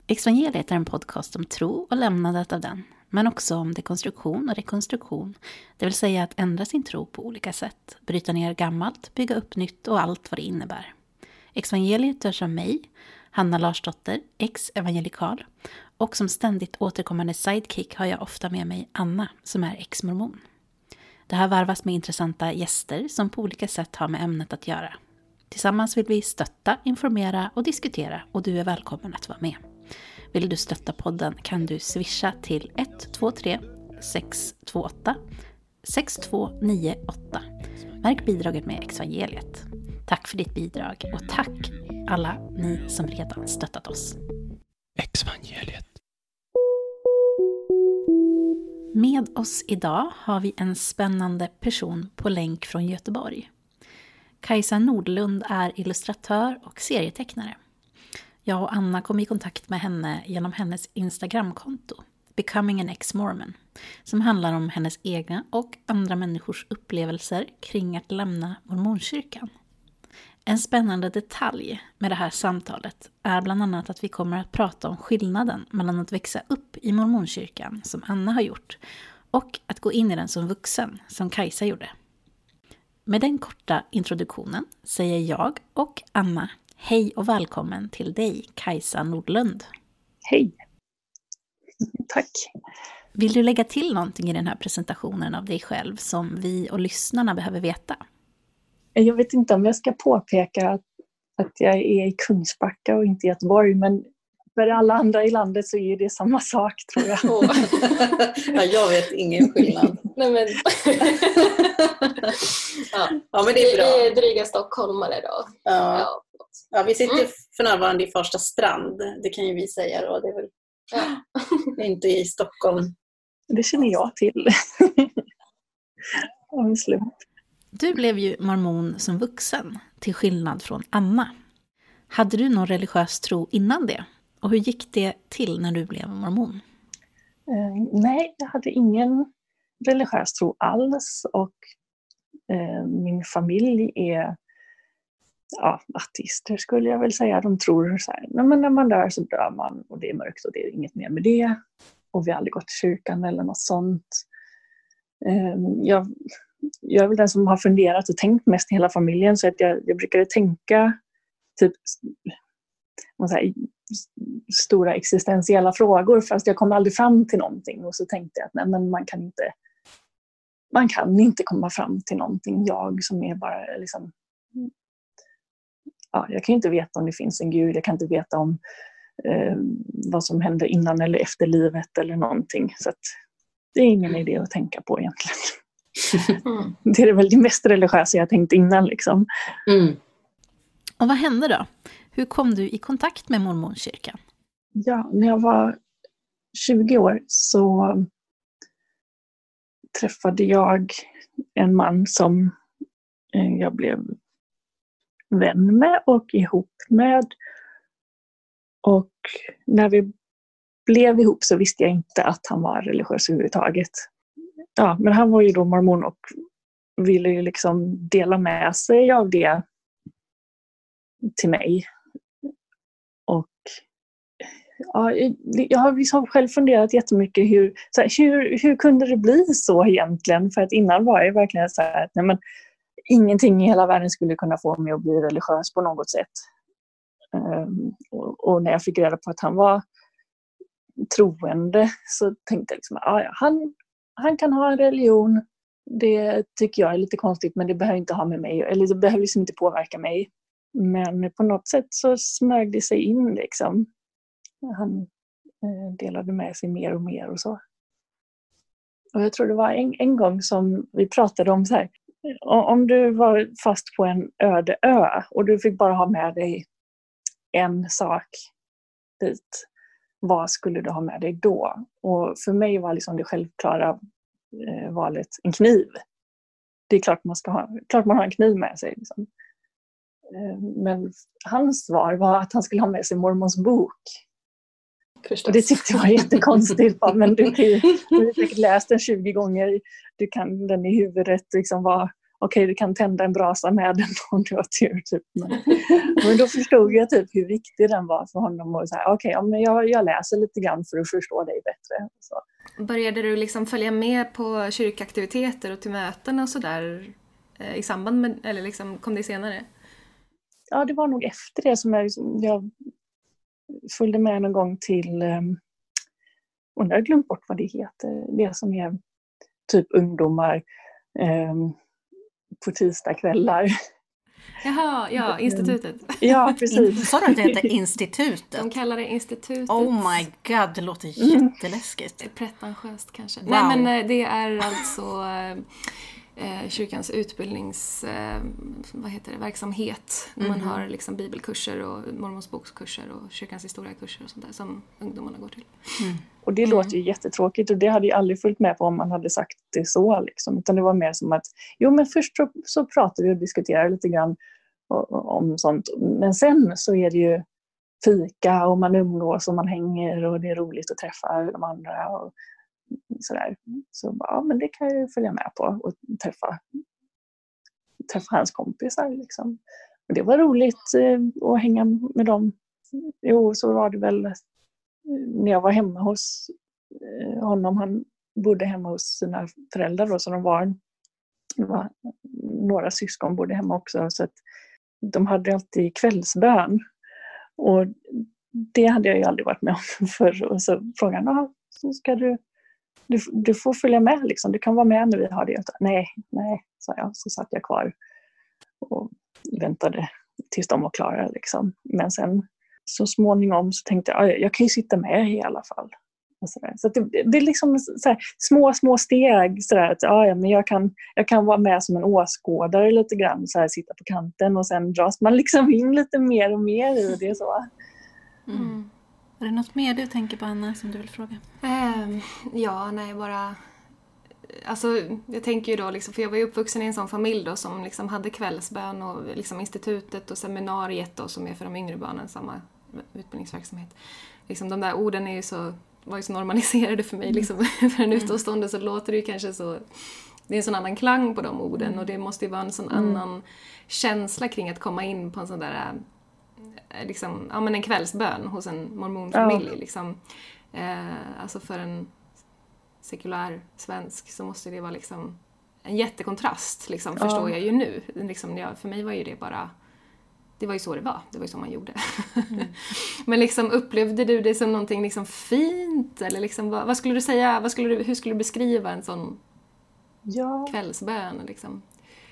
Exvangeliet är en podcast om tro och lämnandet av den, men också om dekonstruktion och rekonstruktion, det vill säga att ändra sin tro på olika sätt, bryta ner gammalt, bygga upp nytt och allt vad det innebär. Exvangeliet görs av mig, Hanna Larsdotter, ex-evangelikal, och som ständigt återkommande sidekick har jag ofta med mig Anna, som är ex-mormon. Det här varvas med intressanta gäster som på olika sätt har med ämnet att göra. Tillsammans vill vi stötta, informera och diskutera, och du är välkommen att vara med. Vill du stötta podden kan du swisha till 123 628 6298. Märk bidraget med Exvangeliet. Tack för ditt bidrag och tack alla ni som redan stöttat oss. Exvangeliet. Med oss idag har vi en spännande person på länk från Göteborg. Kajsa Nordlund är illustratör och serietecknare. Jag och Anna kom i kontakt med henne genom hennes Instagramkonto, Becoming an Ex-Mormon, som handlar om hennes egna och andra människors upplevelser kring att lämna mormonkyrkan. En spännande detalj med det här samtalet är bland annat att vi kommer att prata om skillnaden mellan att växa upp i mormonkyrkan, som Anna har gjort, och att gå in i den som vuxen, som Kajsa gjorde. Med den korta introduktionen säger jag och Anna hej och välkommen till dig, Kajsa Nordlund. Hej. Tack. Vill du lägga till någonting i den här presentationen av dig själv som vi och lyssnarna behöver veta? Jag vet inte om jag ska påpeka att jag är i Kungsbacka och inte i Göteborg, men för alla andra i landet så är det samma sak, tror jag. Ja, jag vet ingen skillnad. Nej, men... ja, men det är bra. Vi är dryga stockholmare då. Ja, vi sitter för närvarande i Första Strand. Det kan ju vi säga då. Det är väl inte i Stockholm. Det känner jag till. Du blev ju mormon som vuxen, till skillnad från Anna. Hade du någon religiös tro innan det? Och hur gick det till när du blev mormon? Nej, jag hade ingen religiös tro alls. Och min familj är ateister, skulle jag väl säga. De tror så här, men när man dör så dör man och det är mörkt och det är inget mer med det. Och vi har aldrig gått till kyrkan eller något sånt. Jag är väl den som har funderat och tänkt mest i hela familjen, så att jag brukade tänka typ stora existentiella frågor, fast jag kom aldrig fram till någonting. Och så tänkte jag att nej, men man kan inte komma fram till någonting. Jag som är bara liksom, jag kan inte veta om det finns en gud, jag kan inte veta om vad som händer innan eller efter livet eller någonting. Så att det är ingen idé att tänka på egentligen. Det är väl det mest religiösa jag tänkt innan liksom. Och vad hände då? Hur kom du i kontakt med mormonkyrkan? Ja, när jag var 20 år så träffade jag en man som jag blev vän med och ihop med. Och när vi blev ihop så visste jag inte att han var religiös överhuvudtaget. Ja, men han var ju då mormon och ville ju liksom dela med sig av det till mig. Och jag har liksom själv funderat jättemycket hur kunde det bli så egentligen? För att innan var jag verkligen så här att nej, men ingenting i hela världen skulle kunna få mig att bli religiös på något sätt. Och när jag fick reda på att han var troende så tänkte jag liksom, han kan ha en religion, det tycker jag är lite konstigt, men det behöver inte ha med mig, eller det behöver liksom inte påverka mig. Men på något sätt så smög det sig in liksom. Han delade med sig mer och mer och så. Och jag tror det var en gång som vi pratade om så här, om du var fast på en öde ö och du fick bara ha med dig en sak dit, vad skulle du ha med dig då? Och för mig var liksom det självklara valet en kniv. Det är klart man har en kniv med sig. Liksom. Men hans svar var att han skulle ha med sig mormons bok. Och det tyckte jag var jättekonstigt. Men du har säkert läst den 20 gånger. Du kan den i huvudet. Liksom, okej, du kan tända en brasa med den om du har tur. Typ. Men då förstod jag typ hur viktig den var för honom. Och så här, okej, ja, men jag läser lite grann för att förstå dig bättre. Så. Började du liksom följa med på kyrkaktiviteter och till möten och sådär i samband med, eller liksom kom det senare? Ja, det var nog efter det som jag följde med någon gång till, och jag har glömt bort vad det heter, det som är typ ungdomar på tisdagskvällar. Jaha, ja, institutet. Ja, precis. Sa du att det heter institutet? De kallar det institutet. Oh my god, det låter jätteläskigt. Pretentiöst kanske. Wow. Nej, men det är alltså kyrkans verksamhet. Man har liksom bibelkurser och mormonsbokskurser och kyrkans historiakurser och sånt där som ungdomarna går till. Och det låter ju jättetråkigt och det hade jag aldrig följt med på om man hade sagt det så. Liksom. Utan det var mer som att, men först så pratar vi och diskuterar lite grann om sånt. Men sen så är det ju fika och man umgås och man hänger och det är roligt att träffa de andra och sådär. Så ja, men det kan jag ju följa med på och träffa hans kompisar liksom. Och det var roligt att hänga med dem. Jo, så var det väl när jag var hemma hos honom. Han bodde hemma hos sina föräldrar då, så det var några syskon bodde hemma också, så att de hade alltid kvällsbön. Och det hade jag ju aldrig varit med om förr. Och så frågade så ska du får följa med liksom. Du kan vara med när vi har det. Nej, sa jag. Så satt jag kvar och väntade tills de var klara liksom. Men sen så småningom så tänkte jag kan ju sitta med i alla fall. Så att det är liksom så här, små steg så där, att men jag kan vara med som en åskådare lite grann, så här, sitta på kanten och sen dras man liksom in lite mer och mer i det så. Är det något mer du tänker på, Anna, som du vill fråga? Alltså, jag tänker ju då, liksom, för jag var ju uppvuxen i en sån familj då, som liksom hade kvällsbön och liksom institutet och seminariet då, som är för de yngre barnen, samma utbildningsverksamhet. Liksom, de där orden var ju så normaliserade för mig. Liksom, för en utomstående så låter det ju kanske så... Det är en sån annan klang på de orden och det måste ju vara en sån annan känsla kring att komma in på en sån där... Liksom, men en kvällsbön hos en mormonfamilj. Liksom. Alltså för en sekulär svensk så måste det vara liksom en jättekontrast, liksom, förstår jag ju nu. Liksom, för mig var ju det bara... Det var ju så det var. Det var ju så man gjorde. Men liksom, upplevde du det som någonting liksom fint? Eller liksom, vad skulle du säga? Hur skulle du beskriva en sån kvällsbön? Liksom?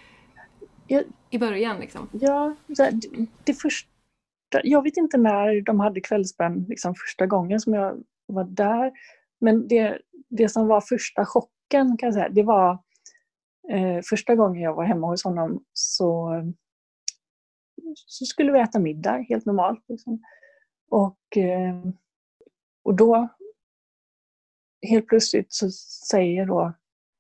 I början liksom. Ja, det första... Jag vet inte när de hade kvällsbön liksom, första gången som jag var där. Men det som var första chocken, kan jag säga, det var första gången jag var hemma hos honom så skulle vi äta middag helt normalt. Liksom. Och då helt plötsligt så säger då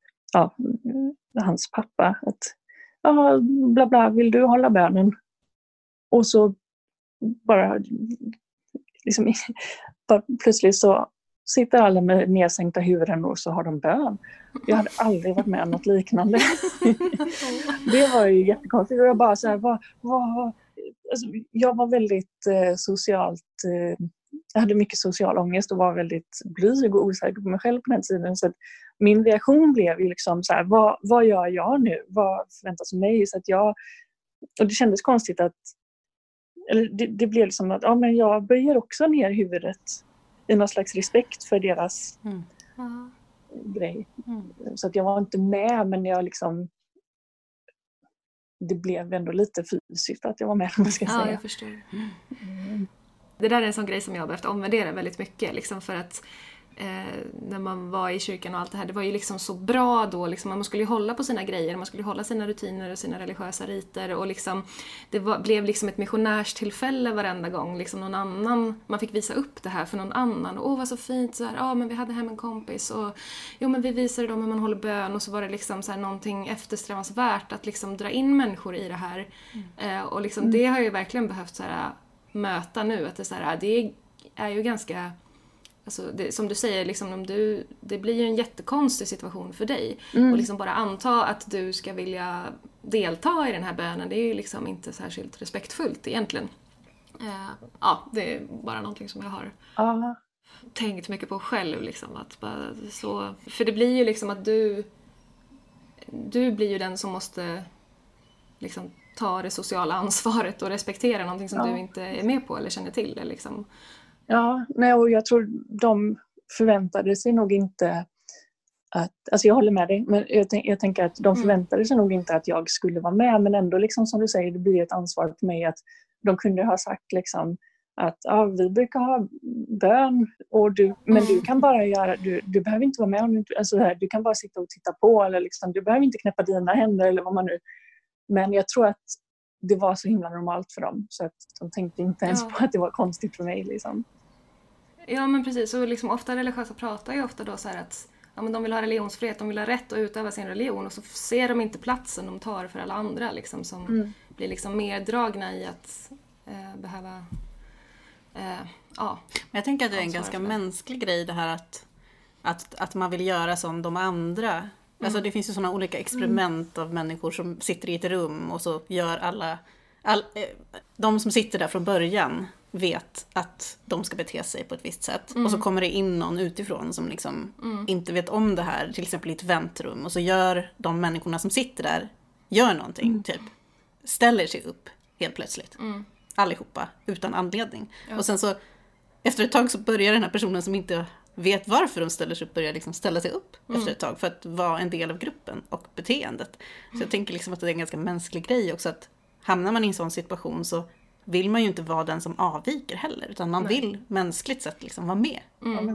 hans pappa att bla bla, vill du hålla bönen? Och så bara liksom bara plötsligt så sitter alla med nedsänkta huvuden och så har de bön. Jag hade aldrig varit med om något liknande. Det var ju jättekonstigt. Och jag bara så här, alltså, jag var väldigt socialt... jag hade mycket social ångest och var väldigt blyg och osäker på mig själv på den tiden. Så att min reaktion blev ju liksom så här, vad gör jag nu? Vad förväntas av mig? Så att och det kändes konstigt att... Eller det blev liksom att men jag böjer också ner huvudet i någon slags respekt för deras grej. Så att jag var inte med, men jag liksom... Det blev ändå lite fysiskt att jag var med, om man ska säga. Ja, jag förstår. Det där är en sån grej som jag har behövt omvärdera väldigt mycket. Liksom, för att när man var i kyrkan och allt det här, det var ju liksom så bra då. Liksom, man skulle ju hålla på sina grejer, man skulle hålla sina rutiner och sina religiösa riter. Och liksom, blev liksom ett missionärstillfälle varenda gång. Liksom någon annan, man fick visa upp det här för någon annan. Och vad så fint, så här, men vi hade hem en kompis. Och men vi visade dem hur man håller bön. Och så var det liksom så här någonting eftersträvansvärt att liksom dra in människor i det här. Och liksom, det har jag ju verkligen behövt så här, möta nu. Att det är ju ganska... Alltså som du säger, liksom, det blir ju en jättekonstig situation för dig. Och liksom bara anta att du ska vilja delta i den här bönen, det är ju liksom inte särskilt respektfullt egentligen. Det är bara någonting som jag har tänkt mycket på själv. Liksom, att bara så, för det blir ju liksom att du blir ju den som måste liksom ta det sociala ansvaret och respektera någonting som du inte är med på eller känner till. Liksom. Ja, och jag tror de förväntade sig nog inte att, alltså jag håller med dig, men jag tänker att de förväntade sig nog inte att jag skulle vara med, men ändå liksom som du säger, det blir ett ansvar för mig att de kunde ha sagt liksom att vi brukar ha bön och men du kan bara göra, du behöver inte vara med om alltså du kan bara sitta och titta på eller liksom, du behöver inte knäppa dina händer eller vad man nu, men jag tror att det var så himla normalt för dem så att de tänkte inte ens på att det var konstigt för mig liksom. Ja men precis, och liksom ofta religiösa pratar ju ofta då så här att men de vill ha religionsfrihet, de vill ha rätt att utöva sin religion och så ser de inte platsen de tar för alla andra liksom, som blir liksom mer dragna i att behöva Men jag tänker att det är en ganska mänsklig grej det här att man vill göra som de andra. Alltså det finns ju sådana olika experiment av människor som sitter i ett rum och så gör de som sitter där från början vet att de ska bete sig på ett visst sätt. Och så kommer det in någon utifrån som liksom inte vet om det här, till exempel i ett väntrum. Och så gör de människorna som sitter där, gör någonting, typ ställer sig upp helt plötsligt. Allihopa, utan anledning. Ja. Och sen så, efter ett tag så börjar den här personen som inte vet varför de ställer sig upp, börjar liksom ställa sig upp efter ett tag för att vara en del av gruppen och beteendet. Så jag tänker liksom att det är en ganska mänsklig grej också, att hamnar man i en sån situation så vill man ju inte vara den som avviker heller, utan man vill mänskligt sett liksom vara med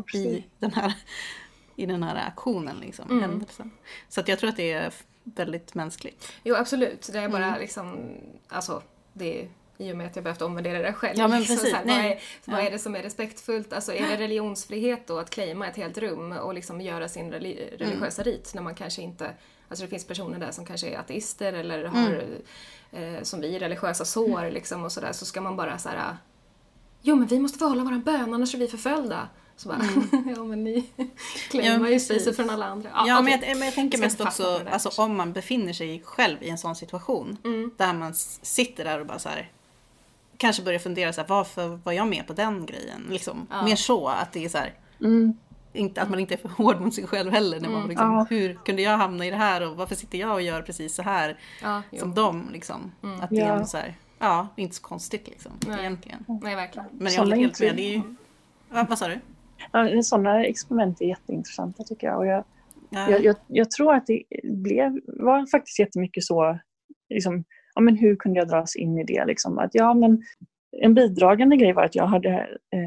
i den här aktionen liksom, händelsen. Så att jag tror att det är väldigt mänskligt. Jo, absolut. Det är bara liksom, alltså det är i och med att jag behövt omvärdera det själv. Ja, men precis. Så här, vad är det som är respektfullt? Alltså är det religionsfrihet då att claima ett helt rum och liksom göra sin religiösa rit när man kanske inte, alltså det finns personer där som kanske är ateister eller har som vi religiösa sår liksom och sådär, så ska man bara så här, jo men vi måste få hålla våran bön annars är vi förföljda. Så bara, ja men ni claimar ju sig från alla andra. Men jag tänker mest också, alltså om man befinner sig själv i en sån situation där man sitter där och bara så här, kanske börjar fundera så här, varför var jag med på den grejen liksom, mer så att det är så här, inte att man inte är för hård mot sig själv heller när man liksom, hur kunde jag hamna i det här och varför sitter jag och gör precis så här som dem liksom, att det är så här, det är inte så konstigt liksom egentligen. Nej, verkligen. Men jag håller helt med, det är ju vad sa du? Ja, sådana experiment är jätteintressanta tycker jag. Och jag tror att det var faktiskt jättemycket så, liksom, men hur kunde jag dras in i det? Liksom? Att, men en bidragande grej var att jag hade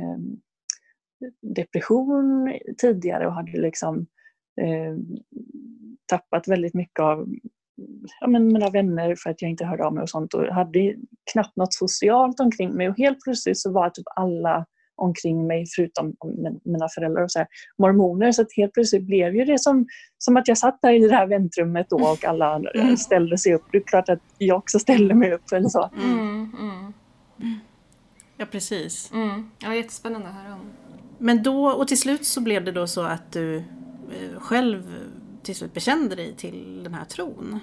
depression tidigare och hade liksom, tappat väldigt mycket av mina vänner för att jag inte hörde av mig och sånt. Och hade knappt något socialt omkring mig. Och helt plötsligt så var typ alla omkring mig förutom mina föräldrar och så här, mormoner, så att helt plötsligt blev ju det som att jag satt där i det här väntrummet då och alla ställde sig upp. Det är klart att jag också ställde mig upp eller så. Ja, precis. Ja, jättespännande att höra om. Men då, och till slut så blev det då så att du själv till slut bekände dig till den här tron.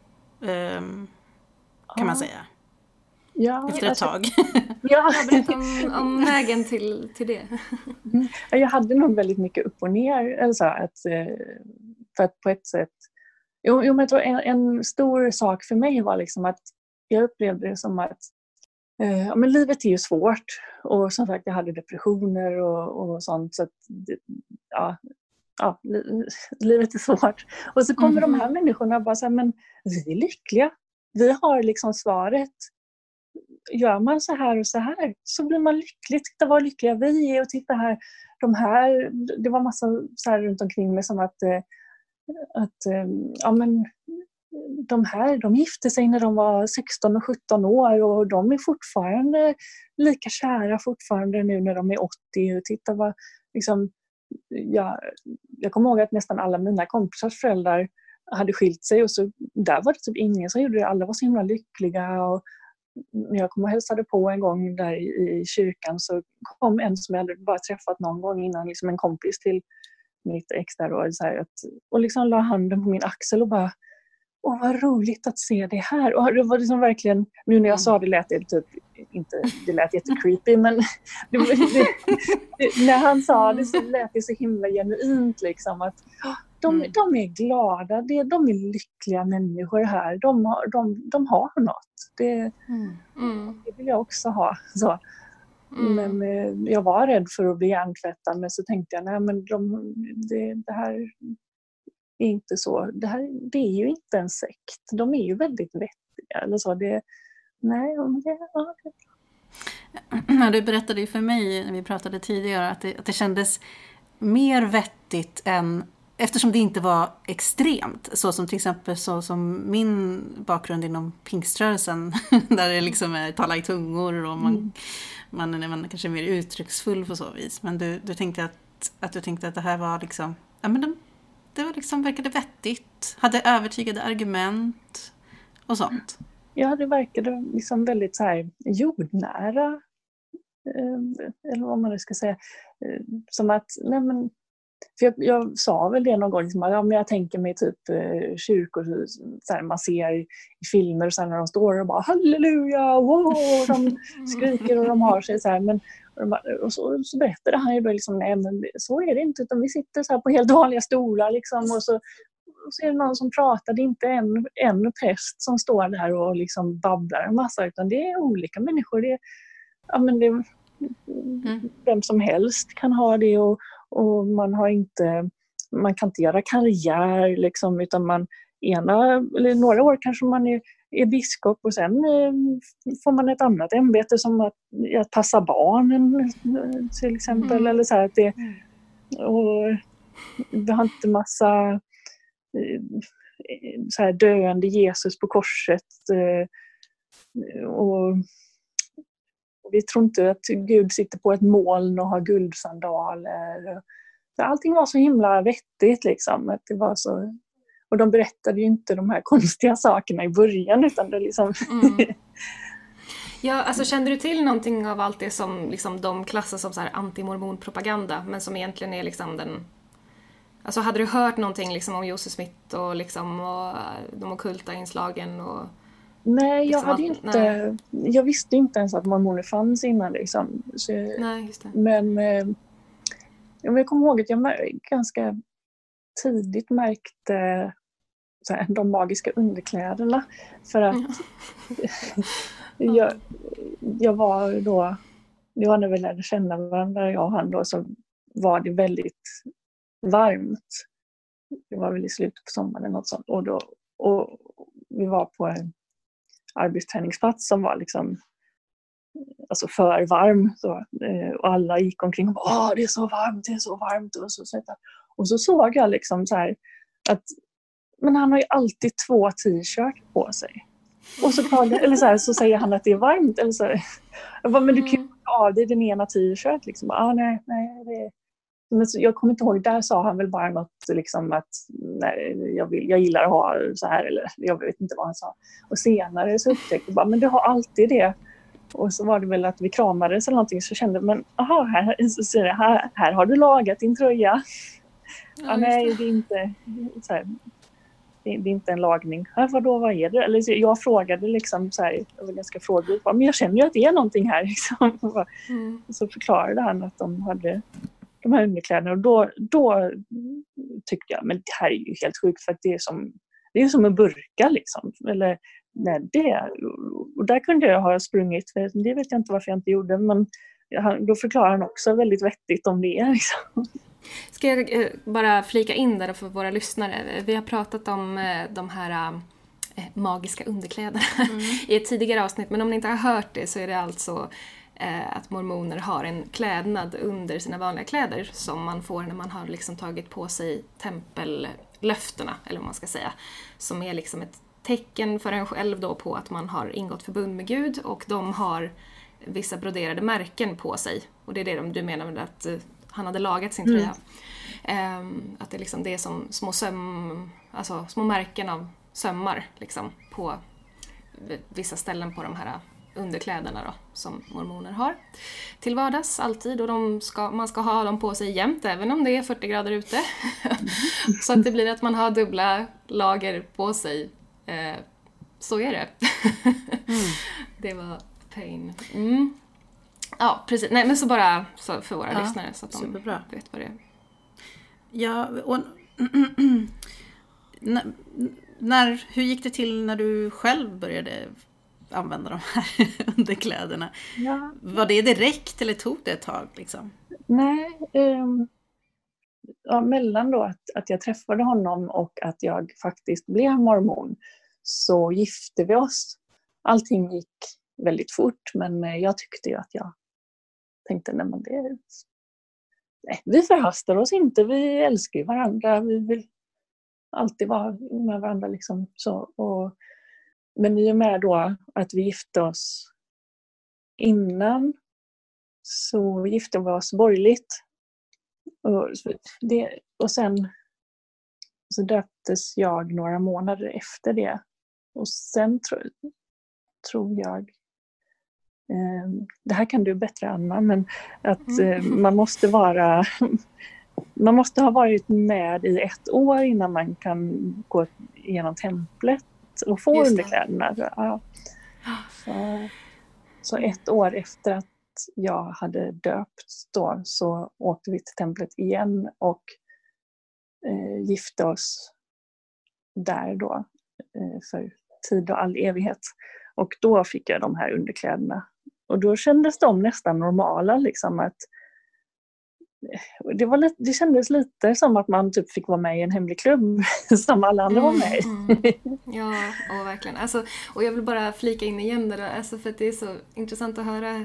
Kan man säga. Ja, efter ett tag. Berätta om vägen till det. Jag hade nog väldigt mycket upp och ner. Eller så, för att på ett sätt... men jag tror en stor sak för mig var liksom att jag upplevde det som att men livet är ju svårt. Och som sagt, jag hade depressioner och sånt. Så att, livet är svårt. Och så kommer de här människorna och bara så här, men vi är lyckliga. Vi har liksom svaret. Gör man så här och så här så blir man lycklig. Titta vad lyckliga vi är och titta här. Det var massa så här runt omkring mig som att de gifte sig när de var 16 och 17 år och de är fortfarande lika kära fortfarande nu när de är 80 och titta vad liksom, jag kommer ihåg att nästan alla mina kompisars föräldrar hade skilt sig och så där var det typ ingen som gjorde det. Alla var så himla lyckliga och när jag kom och hälsade på en gång där i kyrkan så kom en som jag hade bara träffat någon gång innan, liksom en kompis till mitt ex där och, så här, och liksom la handen på min axel och bara, åh vad roligt att se det här. Och det var liksom verkligen, nu när jag sa det lät det typ, inte, det lät jättecreepy, men när han sa det så lät det så himla genuint liksom, att de är glada, de är lyckliga människor här, de har något. Det vill jag också ha. Så. Men jag var rädd för att bli hjärntvättad, men så tänkte jag, nej men det här är inte så. Det är ju inte en sekt. De är ju väldigt vettiga. Eller så. Du berättade ju för mig när vi pratade tidigare att det kändes mer vettigt än, eftersom det inte var extremt, så som till exempel så som min bakgrund inom pingströrelsen där det liksom är tala i tungor och man kanske är mer uttrycksfull på så vis. Men du tänkte att det här var liksom, ja men det var liksom, verkade vettigt, hade övertygade argument och sånt. Ja, det verkade liksom väldigt så här jordnära, eller vad man ska säga, som att, nej men, för jag sa väl det någon gång, liksom, ja, men jag tänker mig typ kyrkor så här, man ser i filmer och sen när de står och bara halleluja, wow, de skriker och de har sig så här, men och så berättade han ju då liksom, nej men så är det inte, utan vi sitter så här på helt vanliga stolar liksom, och så är det någon som pratar, det är inte en präst som står där och liksom babblar en massa, utan det är olika människor, vem som helst kan ha det, och man kan inte göra karriär liksom, utan eller några år kanske man är biskop, och sen får man ett annat ämbete som att passa barnen till exempel, eller så här, att det, och vi har inte massa så här döende Jesus på korset, och vi tror inte att Gud sitter på ett moln och har guldsandaler. Allting var så himla vettigt liksom, att det var så, och de berättade ju inte de här konstiga sakerna i början, utan det liksom Ja, alltså kände du till någonting av allt det som liksom de klassar som så här anti-mormonpropaganda, men som egentligen är liksom alltså hade du hört någonting liksom om Joseph Smith och liksom och de ockulta inslagen och Nej, liksom jag visste inte ens att mormoner fanns innan liksom. Så, nej, just det. Men jag kommer ihåg att jag ganska tidigt märkte så här, de magiska underkläderna, för att jag var då, det var när vi lärde känna varandra, jag och han då, så var det väldigt varmt. Det var väl i slutet på sommaren eller något sånt, och vi var på en arbetsträningsplats som var liksom alltså för varm så, och alla gick omkring och bara, det är så varmt och så såg jag liksom så här att, men han har ju alltid 2 t-shirt på sig, och så säger han att det är varmt, eller så jag bara, men du kan ju ha av dig den ena t-shirt liksom, nej det. Men jag kommer inte ihåg, där sa han väl bara något liksom att nej, jag gillar att ha så här, eller jag vet inte vad han sa. Och senare så upptäckte jag bara, men du har alltid det. Och så var det väl att vi kramades eller någonting, så kände jag, men aha, här har du lagat din tröja. Ja, nej, det är inte så här, det är inte en lagning. Vad är det? Eller jag frågade liksom så här, jag var ganska frågande, men jag känner ju att det är någonting här liksom. Så förklarade han att de hade de här underkläderna, och då tyckte jag, men det här är ju helt sjukt, för att det är som en burka liksom, eller nej, och där kunde jag ha sprungit, för det vet jag inte varför jag inte gjorde, men då förklarar han också väldigt vettigt om det liksom. Ska jag bara flika in där för våra lyssnare, vi har pratat om de här magiska underkläderna i ett tidigare avsnitt, men om ni inte har hört det så är det alltså att mormoner har en klädnad under sina vanliga kläder som man får när man har liksom tagit på sig tempellöftena, eller vad man ska säga, som är liksom ett tecken för en själv då på att man har ingått förbund med Gud, och de har vissa broderade märken på sig, och det är det du menar med att han hade lagat sin tröja. Att det liksom, det är som små märken av sömmar liksom på vissa ställen på de här underkläderna då, som mormoner har till vardags alltid, och man ska ha dem på sig jämt även om det är 40 grader ute. Så att det blir att man har dubbla lager på sig Så är det. Det var pain. Ja, precis. Nej, men så bara så för våra lyssnare så att de superbra. vet vad det är. Ja, och hur gick det till när du själv började använda de här underkläderna? Ja. Var det direkt eller tog det ett tag liksom? Nej, mellan då att jag träffade honom och att jag faktiskt blev mormon så gifte vi oss. Allting gick väldigt fort, men jag tyckte ju att jag tänkte, nej, vi förhastar oss inte, vi älskar ju varandra, vi vill alltid vara med varandra liksom så. Men i och med då att vi gifte oss innan så gifte vi oss borgerligt. Och sen så döptes jag några månader efter det. Och sen tror jag, det här kan du bättre Anna, men att man måste ha varit med i 1 år innan man kan gå igenom templet och få underkläderna. Ja. Så 1 år efter att jag hade döpts då så åkte vi till templet igen och gifte oss där då för tid och all evighet. Och då fick jag de här underkläderna. Och då kändes de nästan normala liksom att det kändes lite som att man typ fick vara med i en hemlig klubb som alla andra var med i. Ja, verkligen. Alltså, och jag vill bara flika in igen där, alltså, för att det är så intressant att höra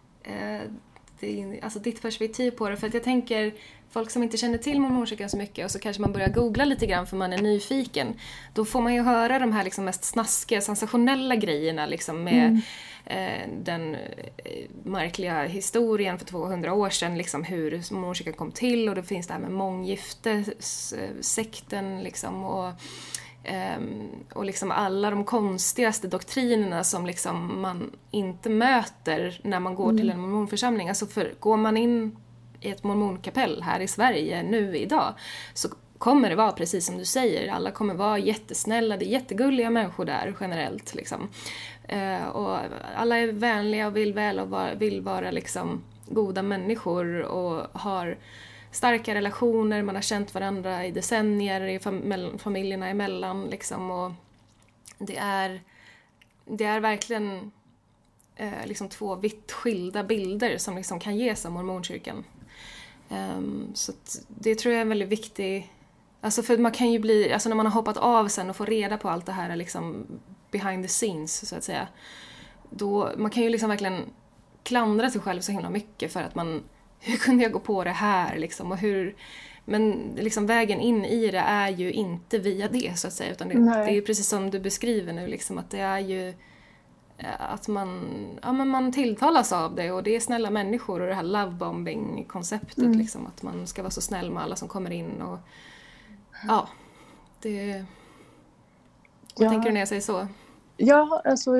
ditt perspektiv på det. För att jag tänker, folk som inte känner till mormonkyrkan så mycket och så kanske man börjar googla lite grann för man är nyfiken. Då får man ju höra de här liksom mest snaskiga, sensationella grejerna liksom med den märkliga historien för 200 år sedan, liksom hur mormonkyrkan kom till, och det finns det här med månggifte, sekten liksom, och liksom alla de konstigaste doktrinerna som liksom man inte möter när man går till en mormonförsamling. Alltså går man in i ett mormonkapell här i Sverige nu idag så kommer det vara precis som du säger. Alla kommer vara jättesnälla, det är jättegulliga människor där generellt liksom. Och alla är vänliga och vill väl och vill vara liksom goda människor och har starka relationer, man har känt varandra i decennier, familjerna emellan liksom, och det är verkligen liksom 2 vitt skilda bilder som liksom kan ges av mormonkyrkan. Så det tror jag är en väldigt viktig, alltså för man kan ju bli, alltså när man har hoppat av sen och får reda på allt det här liksom behind the scenes så att säga, då man kan ju liksom verkligen klandra sig själv så himla mycket för att hur kunde jag gå på det här liksom, och men liksom vägen in i det är ju inte via det så att säga, utan det är ju precis som du beskriver nu liksom, att det är ju att man tilltalas av det, och det är snälla människor och det här lovebombing-konceptet liksom, att man ska vara så snäll med alla som kommer in och vad tänker du när jag säger så? Ja, alltså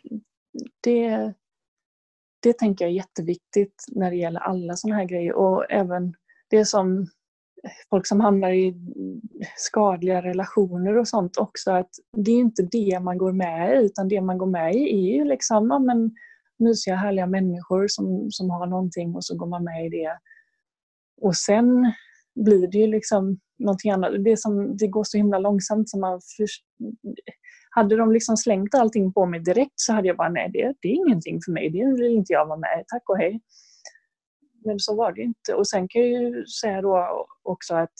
det tänker jag är jätteviktigt när det gäller alla såna här grejer, och även det som folk som hamnar i skadliga relationer och sånt också, att det är inte det man går med i, utan det man går med i är ju liksom mysiga härliga människor som har någonting, och så går man med i det, och sen blir det ju liksom någonting annat. Det går så himla långsamt som hade de liksom slängt allting på mig direkt så hade jag bara, nej, det är ingenting för mig, det vill inte jag vara med, tack och hej. Men så var det inte. Och sen kan jag ju säga då också att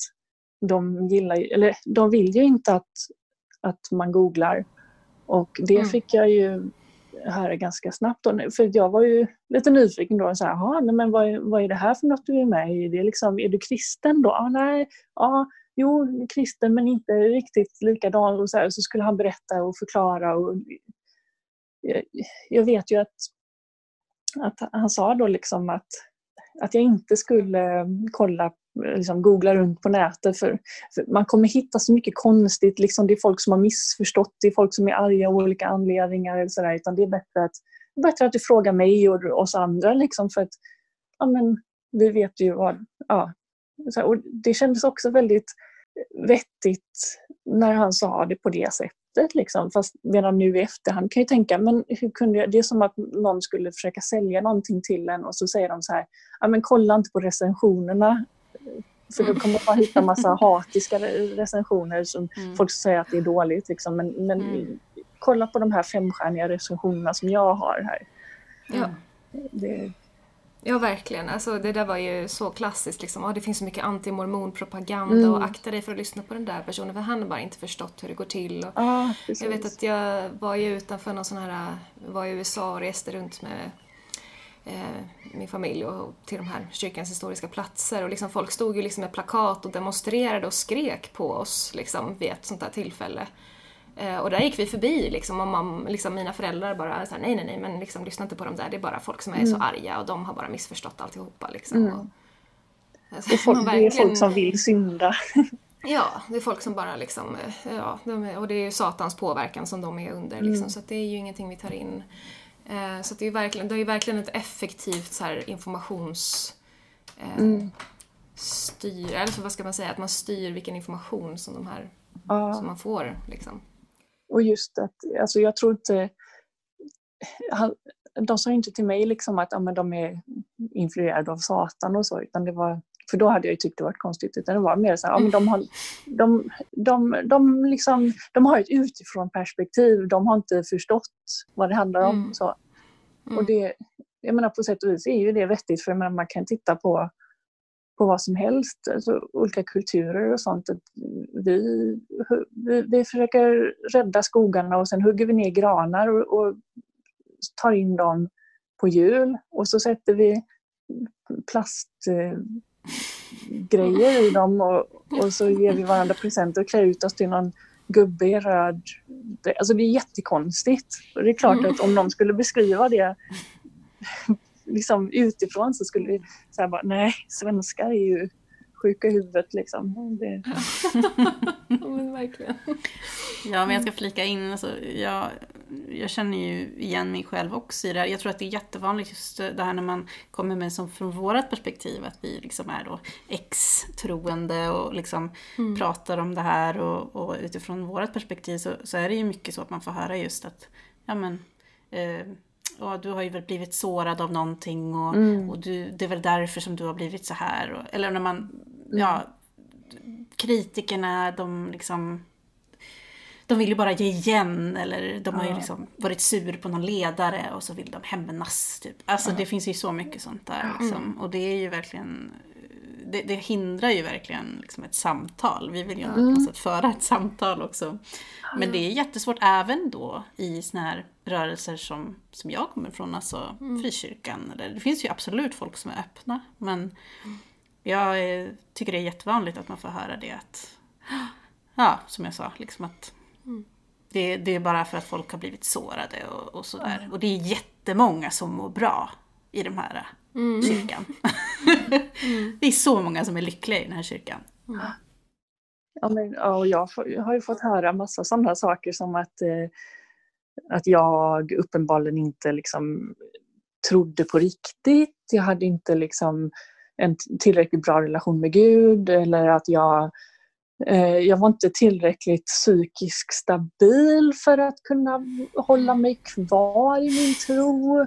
de vill ju inte att man googlar. Och det fick jag ju höra ganska snabbt då, för jag var ju lite nyfiken då och så här, men vad är det här för något du är med i? Det är liksom, är du kristen då? Jo, kristen men inte riktigt likadan, och så skulle han berätta och förklara, och jag vet ju att han sa då liksom att jag inte skulle googla runt på nätet, för man kommer hitta så mycket konstigt, liksom det är folk som har missförstått, det är folk som är arga av olika anledningar eller sådär, utan det är bättre att du frågar mig och oss andra liksom, för att vi vet ju vad, och det kändes också väldigt vettigt när han sa det på det sättet. sättet liksom. Fast redan nu i efterhand kan jag tänka, men hur kunde jag? Det är som att någon skulle försöka sälja någonting till en och så säger de så här, ja men kolla inte på recensionerna. För då kommer man hitta en massa hatiska recensioner som folk säger att det är dåligt liksom. Men kolla på de här 5-stjärniga recensionerna som jag har här. Ja. Det... Ja, verkligen. Alltså, det där var ju så klassiskt. Liksom. Det finns så mycket anti-mormonpropaganda och akta dig för att lyssna på den där personen för han har bara inte förstått hur det går till. Och jag vet att jag var ju utanför någon sån här, var i USA och reste runt med min familj och till de här kyrkans historiska platser och liksom folk stod ju liksom med plakat och demonstrerade och skrek på oss liksom vid ett sånt där tillfälle. Och där gick vi förbi liksom, och liksom mina föräldrar bara så här, nej men liksom, lyssna inte på dem där, det är bara folk som är så arga och de har bara missförstått alltihopa liksom. Och, alltså, och folk, det är folk som vill synda. Ja, det är folk som bara liksom, och det är ju satans påverkan som de är under liksom, så att det är ju ingenting vi tar in. Så det är ju verkligen ett effektivt så här styr, eller så vad ska man säga, att man styr vilken information som de här som man får liksom. Och just att, alltså jag tror inte de sa inte till mig liksom att men de är influerade av Satan och så, utan det var, för då hade jag ju tyckt det var konstigt, utan det var mer så här, men de har ett utifrån perspektiv, de har inte förstått vad det handlar om så. Och det, jag menar på sätt och vis är ju det vettigt, för man kan titta på vad som helst, alltså olika kulturer och sånt. Vi försöker rädda skogarna och sen hugger vi ner granar och tar in dem på hjul och så sätter vi plastgrejer i dem och så ger vi varandra presenter och klär ut oss till någon gubbe i röd. Alltså det är jättekonstigt. Och det är klart att om någon skulle beskriva det liksom utifrån så skulle vi säga bara, nej, svenskar är ju sjuka i huvudet liksom. Det... Ja, men verkligen. Ja, men jag ska flika in, alltså, jag känner ju igen mig själv också i det här. Jag tror att det är jättevanligt just det här när man kommer med som från vårat perspektiv, att vi liksom är då ex-troende och liksom pratar om det här och utifrån vårat perspektiv så är det ju mycket så att man får höra just att ja men och du har ju väl blivit sårad av någonting och det är väl därför som du har blivit så här. Eller när man, kritikerna, de vill ju bara ge igen, eller de har ju liksom varit sur på någon ledare och så vill de hämnas typ. Alltså det finns ju så mycket sånt där liksom. Och det är ju verkligen, det hindrar ju verkligen liksom ett samtal. Vi vill ju på något sätt föra ett samtal också. Men det är jättesvårt även då i såna här rörelser som jag kommer ifrån, alltså frikyrkan. Det finns ju absolut folk som är öppna, men jag tycker det är jättevanligt att man får höra det att, ja, som jag sa, liksom att det är bara för att folk har blivit sårade och sådär. Och det är jättemånga som mår bra i de här kyrkan. Det är så många som är lyckliga i den här kyrkan. Och jag har ju fått höra massa sådana saker som att jag uppenbarligen inte liksom trodde på riktigt. Jag hade inte liksom en tillräckligt bra relation med Gud, eller att jag var inte tillräckligt psykiskt stabil för att kunna hålla mig kvar i min tro.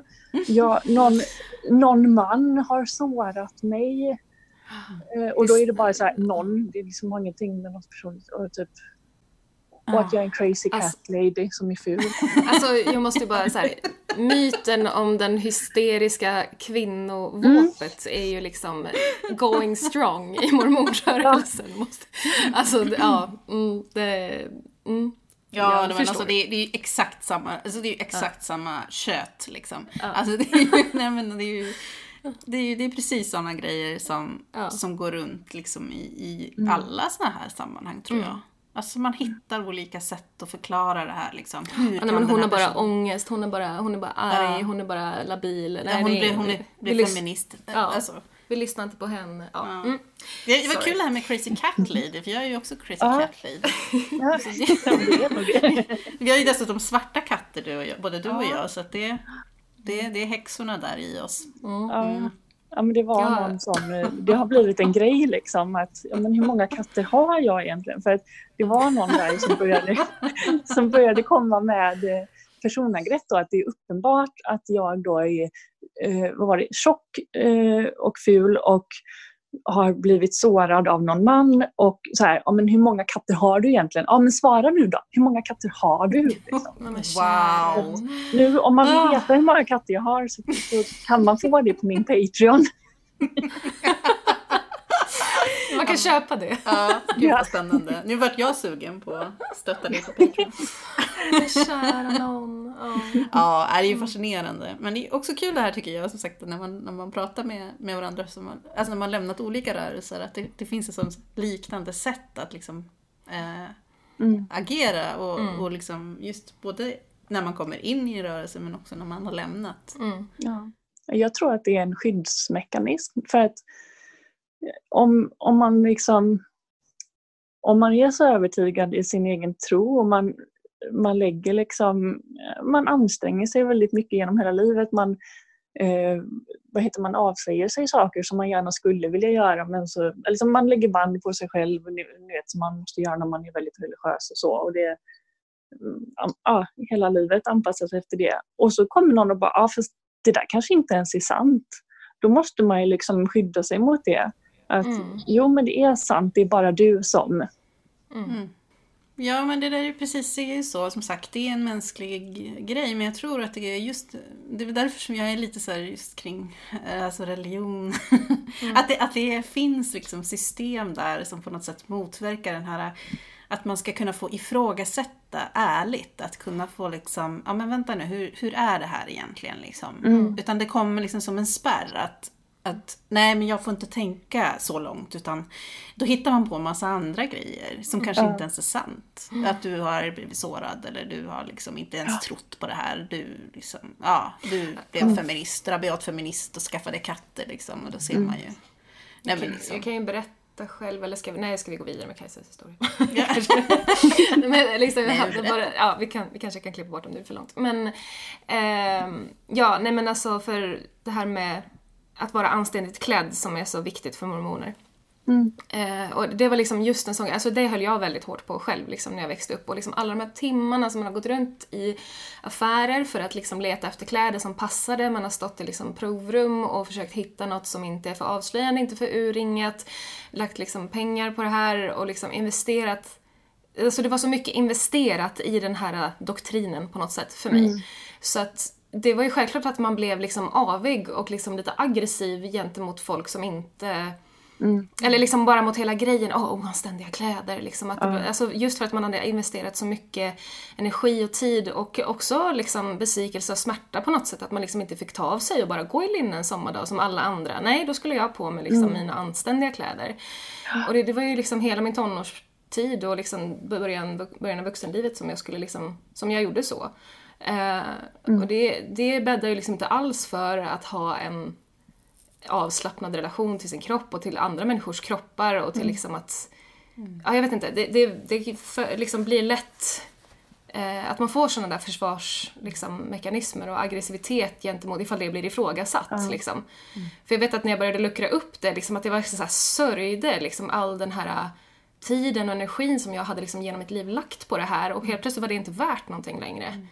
Någon man har sårat mig. Och då är det bara så här, det är liksom ingenting med något personligt. Och att jag är en crazy cat lady som är ful. Alltså jag måste bara så här, myten om den hysteriska kvinnovåpet är ju liksom going strong i mormonrörelsen. Ja, men alltså det är ju exakt samma, alltså det är ju exakt samma kött liksom. Alltså det är precis såna grejer som går runt liksom i alla såna här sammanhang, tror jag. Alltså man hittar olika sätt att förklara det här liksom. Men hon har bara ångest, hon är bara arg, hon är bara labil. Nej, hon blir feminist. Ja. Alltså. Vi lyssnar inte på henne. Ja. Det var kul det här med Crazy Cat Lady, för jag är ju också Crazy Cat Lady. Vi har ju dessutom svarta katter, både du och jag, så att det är häxorna där i oss. Ja, men det var någon sån, det har blivit en grej liksom, att men hur många katter har jag egentligen? För att det var någon där som började komma med personangrepp då, att det är uppenbart att jag då är tjock och ful och har blivit sårad av någon man och så här, ja, men hur många katter har du egentligen? Ja, men svara nu då. Hur många katter har du? Liksom? Wow! Nu, om man vill veta hur många katter jag har så kan man få det på min Patreon. Man kan köpa det. Ja, gud vad spännande. Nu vart jag sugen på att stötta det på Patreon. Kära någon. Ja, det är ju fascinerande. Men det är också kul det här tycker jag, som sagt, när man pratar med varandra, alltså när man lämnat olika rörelser, att det finns ett sånt liknande sätt att liksom agera och liksom just både när man kommer in i en rörelse men också när man har lämnat. Ja. Jag tror att det är en skyddsmekanism, för att om man är så övertygad i sin egen tro och man lägger liksom, man anstränger sig väldigt mycket genom hela livet, man avsäger sig saker som man gärna skulle vilja göra, men så liksom man lägger band på sig själv, som man måste göra när man är väldigt religiös och så, och det hela livet anpassar sig efter det, och så kommer någon och bara fast det där kanske inte ens är sant. Då måste man ju liksom skydda sig mot det. Att jo, men det är sant, det är bara du som. Ja, men det där är precis, det är ju så, som sagt, det är en mänsklig grej, men jag tror att det är därför som jag är lite så här just kring alltså religion. Att det finns liksom system där som på något sätt motverkar den här, att man ska kunna få ifrågasätta ärligt, att kunna få liksom, ja men vänta nu, hur är det här egentligen liksom? Utan det kommer liksom som en spärr att nej, men jag får inte tänka så långt, utan då hittar man på en massa andra grejer som kanske inte ens är sant. Att du har blivit sårad eller du har liksom inte ens trott på det här. Du liksom, du blev feminist, rabiat feminist och skaffade katter liksom, och då ser man ju. Nej, men liksom. Jag kan ju berätta själv, eller ska vi gå vidare med Kajsas historia? Men liksom, vi kanske kan klippa bort om det är för långt. Men men alltså för det här med att vara anständigt klädd som är så viktigt för mormoner. Och det var liksom just en sån, alltså det höll jag väldigt hårt på själv liksom, när jag växte upp, och liksom alla de här timmarna som man har gått runt i affärer för att liksom leta efter kläder som passade, man har stått i liksom provrum och försökt hitta något som inte är för avslöjande, inte för urringat, lagt liksom pengar på det här och liksom investerat, alltså det var så mycket investerat i den här doktrinen på något sätt för mig, så att det var ju självklart att man blev liksom avig och liksom lite aggressiv gentemot folk som inte eller liksom bara mot hela grejen, oanständiga kläder liksom, att alltså just för att man hade investerat så mycket energi och tid och också liksom besvikelse och smärta på något sätt, att man liksom inte fick ta av sig och bara gå i linnen sommardag som alla andra. Nej, då skulle jag på mig liksom mina anständiga kläder. Och det var ju liksom hela min tonårstid och liksom början av vuxenlivet som jag skulle liksom, som jag gjorde så. Och det bäddar ju liksom inte alls för att ha en avslappnad relation till sin kropp och till andra människors kroppar och till liksom att jag vet inte, det liksom blir lätt att man får sådana där försvarsmekanismer och aggressivitet gentemot ifall det blir ifrågasatt liksom. För jag vet att när jag började luckra upp det liksom, att jag var så här sörjde liksom all den här tiden och energin som jag hade liksom genom mitt liv lagt på det här, och helt plötsligt var det inte värt någonting längre.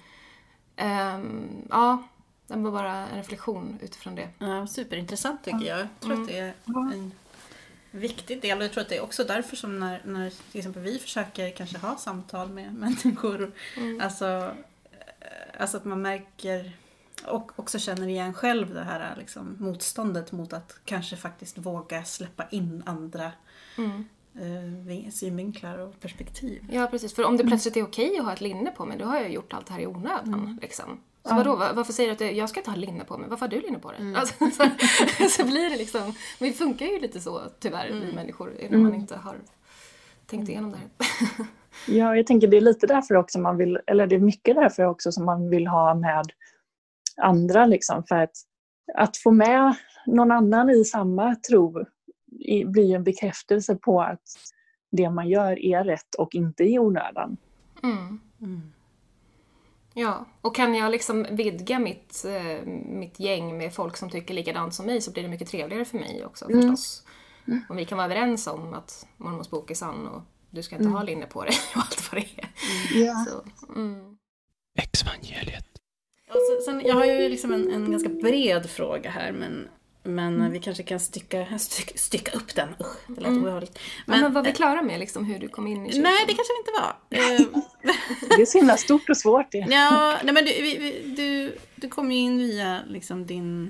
Det var bara en reflektion utifrån det. Ja, superintressant tycker jag. Jag tror att det är en viktig del, och jag tror att det är också därför som när till exempel vi försöker kanske ha samtal med människor, alltså att man märker och också känner igen själv det här liksom motståndet mot att kanske faktiskt våga släppa in andra synvinklar och perspektiv. Ja, precis. För om det plötsligt är okej att ha ett linne på mig, då har jag gjort allt det här i onödan. Liksom. Så vadå? Varför säger du att jag ska inte ha linne på mig? Varför har du linne på dig? Alltså, så blir det liksom... Men det funkar ju lite så, tyvärr, vi människor, när man inte har tänkt igenom det här. Ja, jag tänker det är lite därför också man vill, eller det är mycket därför också som man vill ha med andra liksom, för att få med någon annan i samma tro blir en bekräftelse på att det man gör är rätt och inte i onödan. Ja, och kan jag liksom vidga mitt gäng med folk som tycker likadant som mig, så blir det mycket trevligare för mig också förstås. Om vi kan vara överens om att mormors bok är sann och du ska inte ha linne på dig och allt vad det är. Ja. Så, Exvangeliet. Sen, jag har ju liksom en ganska bred fråga här, men vi kanske kan stycka upp den. Det lät obehagligt. Men var vi klara med liksom hur du kom in i kyrkan? Nej, det kanske vi inte var. Det är så himla stort och svårt det. Ja, nej, men du kom ju in via liksom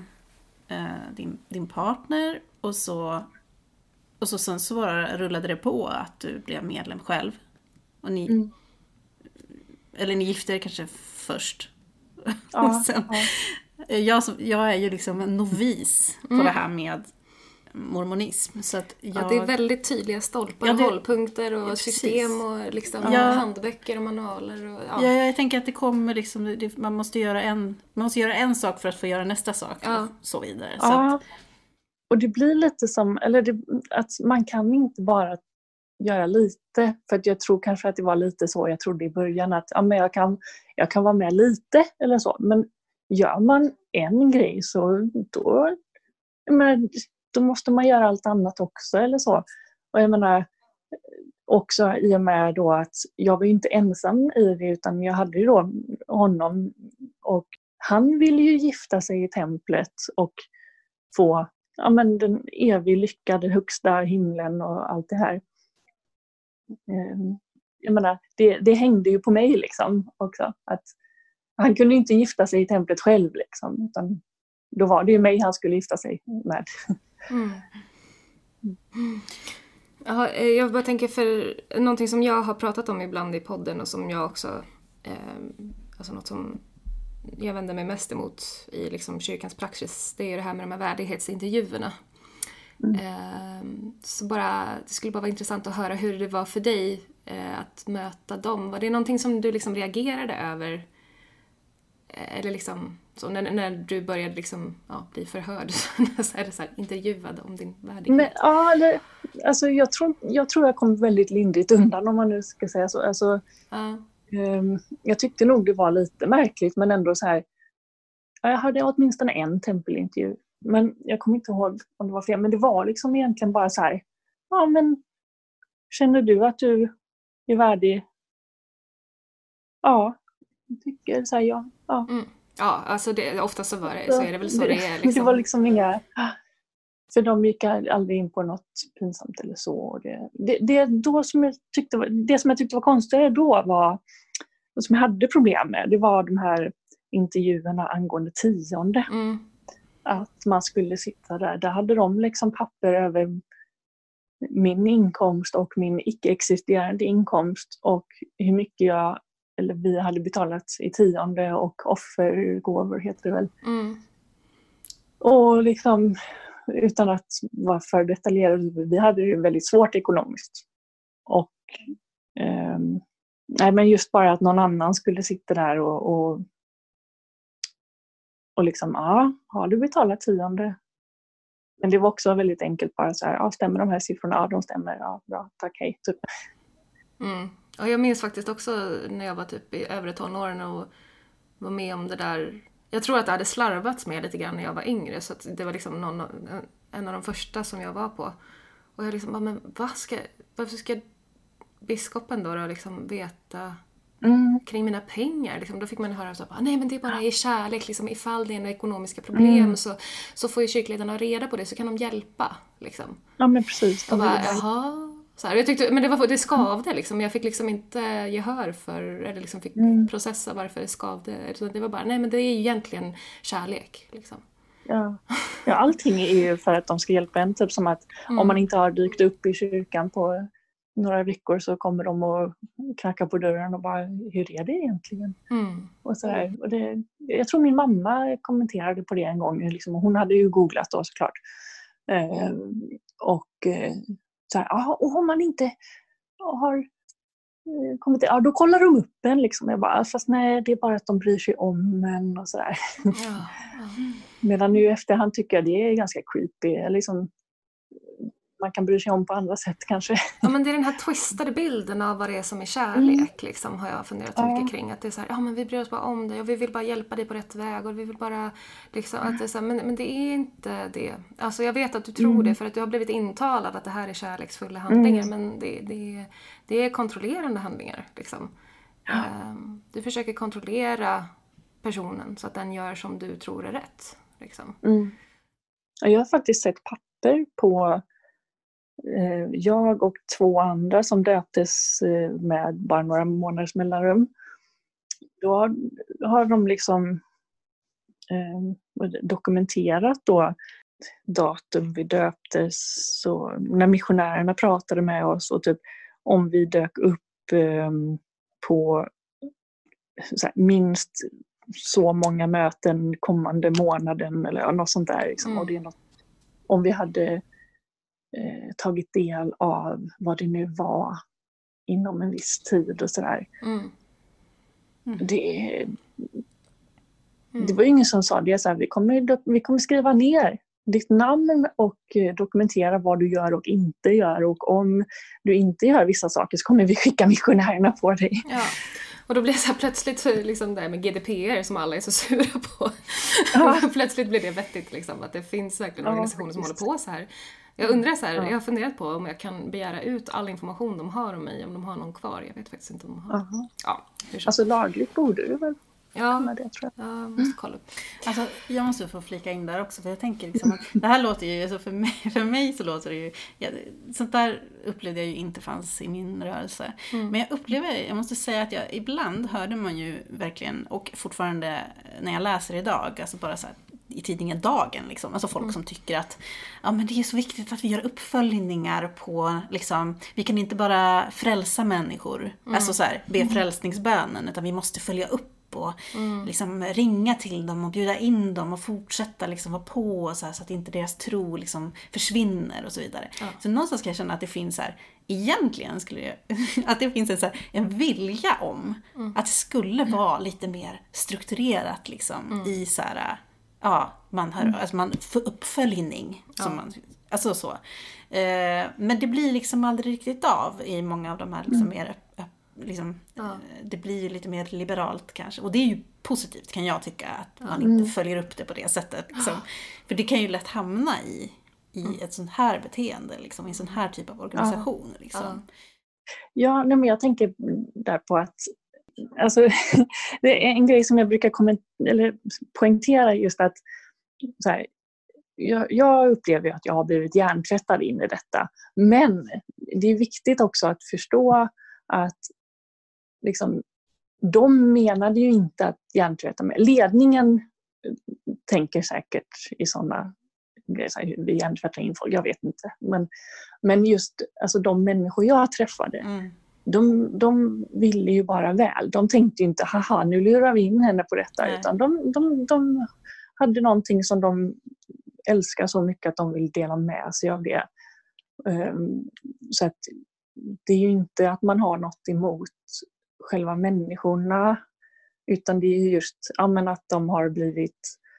din partner och sen så bara rullade det på att du blev medlem själv. Och ni gifte er kanske först. Ja, Sen, jag är ju liksom en novis på det här med mormonism. Så att det är väldigt tydliga stolpar och hållpunkter och system och liksom handböcker och manualer. Och, Mm. jag tänker att det kommer liksom, man måste göra en sak för att få göra nästa sak och så vidare. Så att, och det blir lite som, att man kan inte bara göra lite, för att jag tror kanske att det var lite så jag trodde i början, att men jag kan vara med lite eller så, men gör man en grej så då måste man göra allt annat också eller så. Och jag menar också i och med då att jag var ju inte ensam i det, utan jag hade ju då honom, och han ville ju gifta sig i templet och få den evig lycka, den högsta himlen och allt det här. Jag menar, det hängde ju på mig liksom också, att han kunde inte gifta sig i templet själv liksom, utan då var det ju mig han skulle gifta sig med. Ja, jag bara tänker, för någonting som jag har pratat om ibland i podden och som jag också alltså något som jag vänder mig mest emot i liksom kyrkans praxis, det är ju det här med de här värdighetsintervjuerna. Så det skulle bara vara intressant att höra hur det var för dig att möta dem. Var det någonting som du liksom reagerade över? Eller liksom så när du började liksom, bli förhörd, så är det så här, intervjuad om din värdighet? Men, alltså jag tror jag kom väldigt lindrigt undan, om man nu ska säga så. Alltså, jag tyckte nog det var lite märkligt, men ändå så här. Jag hade åtminstone en tempelintervju, men jag kommer inte ihåg om det var fler. Men det var liksom egentligen bara så här. Ja, men känner du att du är värdig? Ja, jag tycker så här, ja. Ja, alltså ofta så är det väl så det är. Liksom. Det var liksom inga... För de gick aldrig in på något pinsamt eller så. Det som jag tyckte var konstigare då var, och som jag hade problem med, det var de här intervjuerna angående 10:e. Att man skulle sitta där. Där hade de liksom papper över min inkomst och min icke-existerande inkomst och hur mycket vi hade betalat i 10:e och offergåvor heter det väl. Och liksom, utan att vara för detaljerad, vi hade det väldigt svårt ekonomiskt. Och men just bara att någon annan skulle sitta där och liksom, har du betalat 10:e? Men det var också väldigt enkelt, bara så här, stämmer de här siffrorna? Ja, de stämmer. Ja, bra, tack, hej. Typ. Och jag minns faktiskt också när jag var typ i övre tonåren och var med om det där. Jag tror att det hade slarvats med lite grann när jag var yngre, så att det var liksom en av de första som jag var på. Och jag liksom bara, men varför ska biskopen då liksom veta kring mina pengar? Liksom, då fick man höra så här, nej men det är bara i kärlek, liksom, ifall det är några ekonomiska problem så får ju kyrkledarna reda på det, så kan de hjälpa. Liksom. Ja, men precis. Och bara, jaha. Så här, jag tyckte, men det skavde liksom. Jag fick liksom inte gehör för, eller liksom fick processa varför det skavde. Det var bara, nej men det är ju egentligen kärlek liksom. Ja, allting är ju för att de ska hjälpa en. Typ som att om man inte har dykt upp i kyrkan på några veckor så kommer de och knackar på dörren och bara, hur är det egentligen? Och så här. Och jag tror min mamma kommenterade på det en gång. Liksom, hon hade ju googlat då såklart. Så här, och om man inte har kommit till, då kollar de upp en liksom. Jag bara, fast nej, det är bara att de bryr sig om en och sådär. Medan nu efterhand tycker jag det är ganska creepy. Liksom, man kan bry sig om på andra sätt kanske. Ja, men det är den här twistade bilden av vad det är som är kärlek, liksom, har jag funderat så mycket kring. Att det är så här, ja men vi bryr oss bara om dig och vi vill bara hjälpa dig på rätt väg och vi vill bara, liksom, att det är så här, men det är inte det. Alltså jag vet att du tror det för att du har blivit intalad att det här är kärleksfulla handlingar, men det är kontrollerande handlingar, liksom. Du försöker kontrollera personen så att den gör som du tror är rätt, liksom. Jag har faktiskt sett papper på jag och 2 andra som döptes med bara några månaders mellanrum. Då har de liksom dokumenterat då datum vi döptes, så när missionärerna pratade med oss och typ om vi dök upp på så här, minst så många möten kommande månaden eller något sånt där liksom. Och det är något, om vi hade tagit del av vad det nu var inom en viss tid och sådär. Det var ju ingen som sa det så här, vi kommer skriva ner ditt namn och dokumentera vad du gör och inte gör, och om du inte gör vissa saker så kommer vi skicka missionärerna på dig. Ja. Och då blir det så här plötsligt liksom där med GDPR som alla är så sura på. Plötsligt blir det vettigt liksom, att det finns verkligen organisationer som håller på så här. Jag undrar så här, jag har funderat på om jag kan begära ut all information de har om mig, om de har någon kvar. Jag vet faktiskt inte om de har. Ja, alltså lagligt borde du väl? Ja, det, tror jag. Jag måste kolla upp. Alltså, jag måste få flika in där också, för jag tänker liksom att det här låter ju, alltså för mig så låter det ju, sånt där upplevde jag ju inte fanns i min rörelse. Men jag måste säga att jag ibland hörde man ju verkligen, och fortfarande när jag läser idag, alltså bara så här, i tidningen Dagen liksom, alltså folk som tycker att ja, men det är så viktigt att vi gör uppföljningar på liksom, vi kan inte bara frälsa människor, alltså så här, be frälsningsbönen, utan vi måste följa upp och liksom ringa till dem och bjuda in dem och fortsätta liksom vara på så att inte deras tro liksom försvinner och så vidare. Så någonstans ska jag känna att det finns här, egentligen att det finns en vilja om att det skulle vara lite mer strukturerat liksom i så här, man har alltså man får uppföljning som man, alltså så. Men det blir liksom aldrig riktigt av i många av de här liksom mer liksom, det blir ju lite mer liberalt kanske, och det är ju positivt kan jag tycka, att man inte följer upp det på det sättet liksom. För det kan ju lätt hamna i ett sånt här beteende liksom, i en sån här typ av organisation liksom. Men jag tänker där på att alltså, det är en grej som jag brukar poängtera, just att så här, jag upplever att jag har blivit hjärntvättad in i detta, men det är viktigt också att förstå att liksom, de menade ju inte att hjärntvätta med. Ledningen tänker säkert i sådana grejer, så här, vi hjärntvättar in folk, jag vet inte. Men just alltså, de människor jag träffade, de ville ju bara väl. De tänkte ju inte, haha, nu lurar vi in henne på detta. Nej. Utan de hade någonting som de älskar så mycket att de vill dela med sig av det. Så att det är ju inte att man har något emot själva människorna, utan det är ju just att de har blivit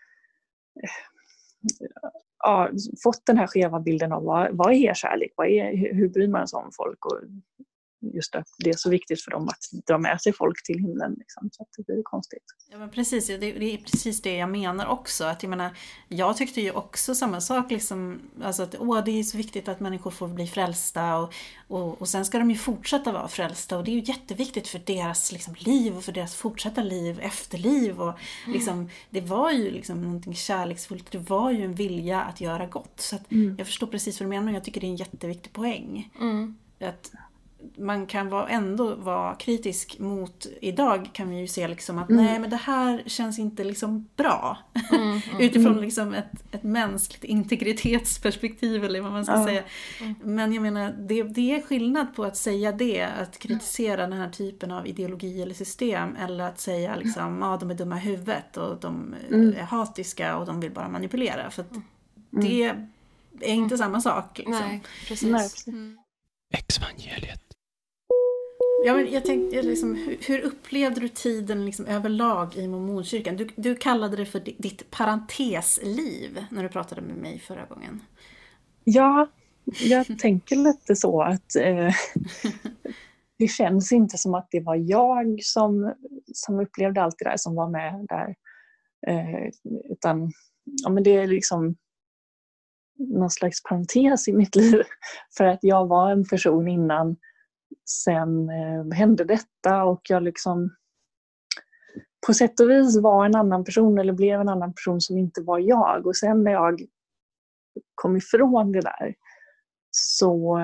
fått den här skeva bilden av vad är kärlek, hur bryr man sig om folk, och just att det är så viktigt för dem att dra med sig folk till himlen liksom, så att det blir konstigt. Ja, men precis, det är precis det jag menar också, att jag tyckte ju också samma sak liksom, alltså att det är så viktigt att människor får bli frälsta, och sen ska de ju fortsätta vara frälsta, och det är ju jätteviktigt för deras liksom liv och för deras fortsatta liv, efterliv, och liksom, det var ju liksom någonting kärleksfullt, det var ju en vilja att göra gott, så att jag förstår precis vad du menar, och jag tycker det är en jätteviktig poäng att man kan ändå vara kritisk mot, idag kan vi ju se liksom att nej, men det här känns inte liksom bra utifrån liksom ett mänskligt integritetsperspektiv, eller vad man ska säga. Men jag menar, det är skillnad på att säga det, att kritisera den här typen av ideologi eller system, eller att säga liksom, de är dumma i huvudet och de är hatiska och de vill bara manipulera, för att det är inte samma sak liksom. Nej, precis. Exvangeliet. Ja, men jag tänkte liksom, hur upplevde du tiden liksom överlag i Mormonkyrkan? Du kallade det för ditt parentesliv när du pratade med mig förra gången. Ja, jag tänker lite så att det känns inte som att det var jag som upplevde allt det där som var med där. Utan men det är liksom någon slags parentes i mitt liv. För att jag var en person innan, sen hände detta och jag liksom på sätt och vis var en annan person eller blev en annan person som inte var jag. Och sen när jag kom ifrån det där så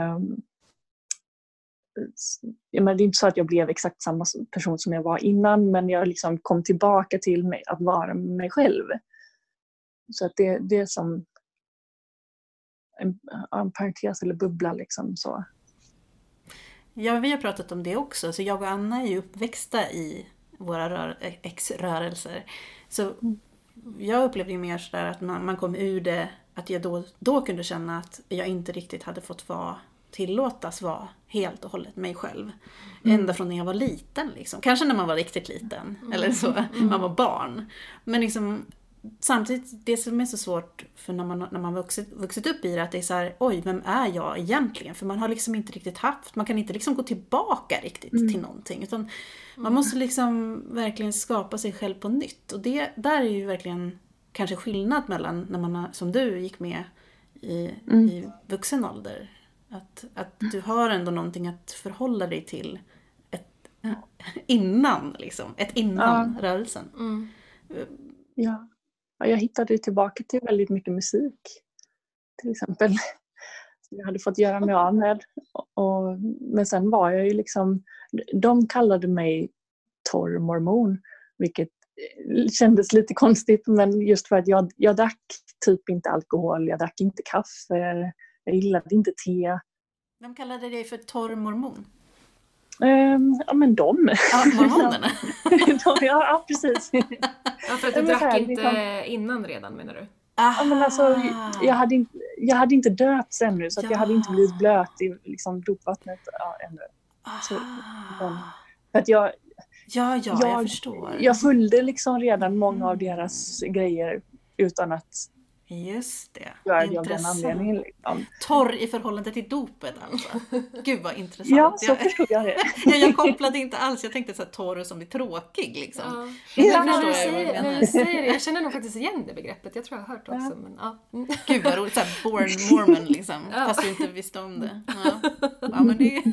men det är inte så att jag blev exakt samma person som jag var innan, men jag liksom kom tillbaka till mig att vara mig själv. Så att det är som en parentes eller bubbla liksom så. Ja, vi har pratat om det också. Så jag och Anna är ju uppväxta i våra ex-rörelser. Så jag upplevde ju mer sådär att man kom ur det, att jag då kunde känna att jag inte riktigt hade fått tillåtas vara helt och hållet mig själv. Ända från när jag var liten liksom. Kanske när man var riktigt liten eller så, man var barn. Men liksom samtidigt, det som är så svårt för när man vuxit upp i det, att det är så här, oj, vem är jag egentligen? För man har liksom inte riktigt man kan inte liksom gå tillbaka riktigt till någonting, utan man måste liksom verkligen skapa sig själv på nytt. Och det där är ju verkligen kanske skillnad mellan när man som du gick med i vuxen ålder. Att du har ändå någonting att förhålla dig till innan rörelsen. Ja, jag hittade tillbaka till väldigt mycket musik till exempel. Som jag hade fått göra mig av med. Men sen var jag ju liksom, de kallade mig torr mormon, vilket kändes lite konstigt, men just för att jag drack typ inte alkohol, jag drack inte kaffe, jag gillade inte te. Vem kallade dig för torr mormon? Ja, men de. Ja, mormonerna. Ja, precis. Ja, för att du drack inte innan redan, menar du? Ja, men alltså, jag hade inte dött ännu, så att jag hade inte blivit blöt i liksom, dopvattnet ännu. Så, för att jag förstår. Jag följde liksom redan många av deras grejer utan att just det. göra det av den anledningen. Liksom. Torr i förhållande till dopet alltså. Gud vad intressant. Ja, så förstod jag det. Jag kopplade inte alls. Jag tänkte så här, torr som är tråkig liksom. Ja. När du säger det, jag känner nog faktiskt igen det begreppet. Jag tror jag har hört också. Ja. Men, Gud vad roligt. Så här, born Mormon liksom. Fast du inte visste om det. Ja men det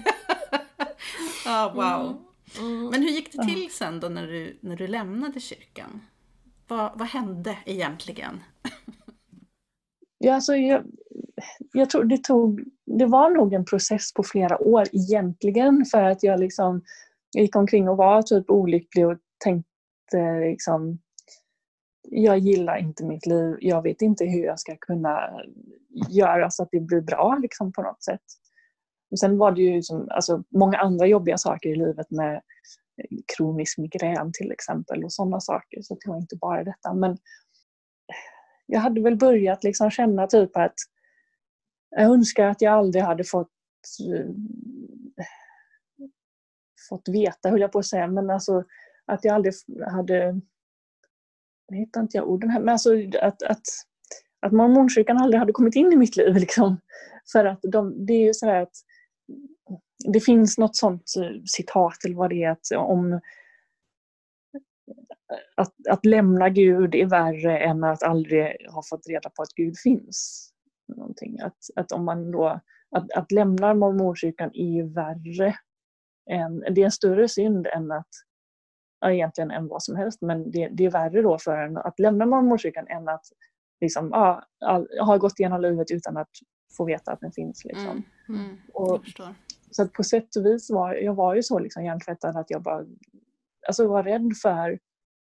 wow. Men hur gick det till sen då när du lämnade kyrkan? Vad hände egentligen? Ja, alltså jag tror det var nog en process på flera år egentligen, för att jag gick omkring och var typ olycklig och tänkte liksom, jag gillar inte mitt liv, jag vet inte hur jag ska kunna göra så att det blir bra liksom, på något sätt. Och sen var det ju många andra jobbiga saker i livet med kronisk migrän till exempel och sådana saker, så det var inte bara detta, men jag hade väl börjat liksom känna typ att jag önskar att jag aldrig hade fått veta, höll jag på att säga, men alltså att jag aldrig hade, jag hittar inte orden här, men alltså att mormonkyrkan aldrig hade kommit in i mitt liv liksom, för att det är ju så här att det finns något sånt citat eller vad det är, att lämna Gud är värre än att aldrig ha fått reda på att Gud finns. Någonting. Att om man då att lämna mormonkyrkan är ju värre det är en större synd än egentligen än vad som helst, men det är värre då för en att lämna mormonkyrkan än att liksom, ha gått igenom livet utan att få veta att den finns liksom. Och så att på sätt och vis jag var ju så liksom hjärntvättad att jag bara var rädd för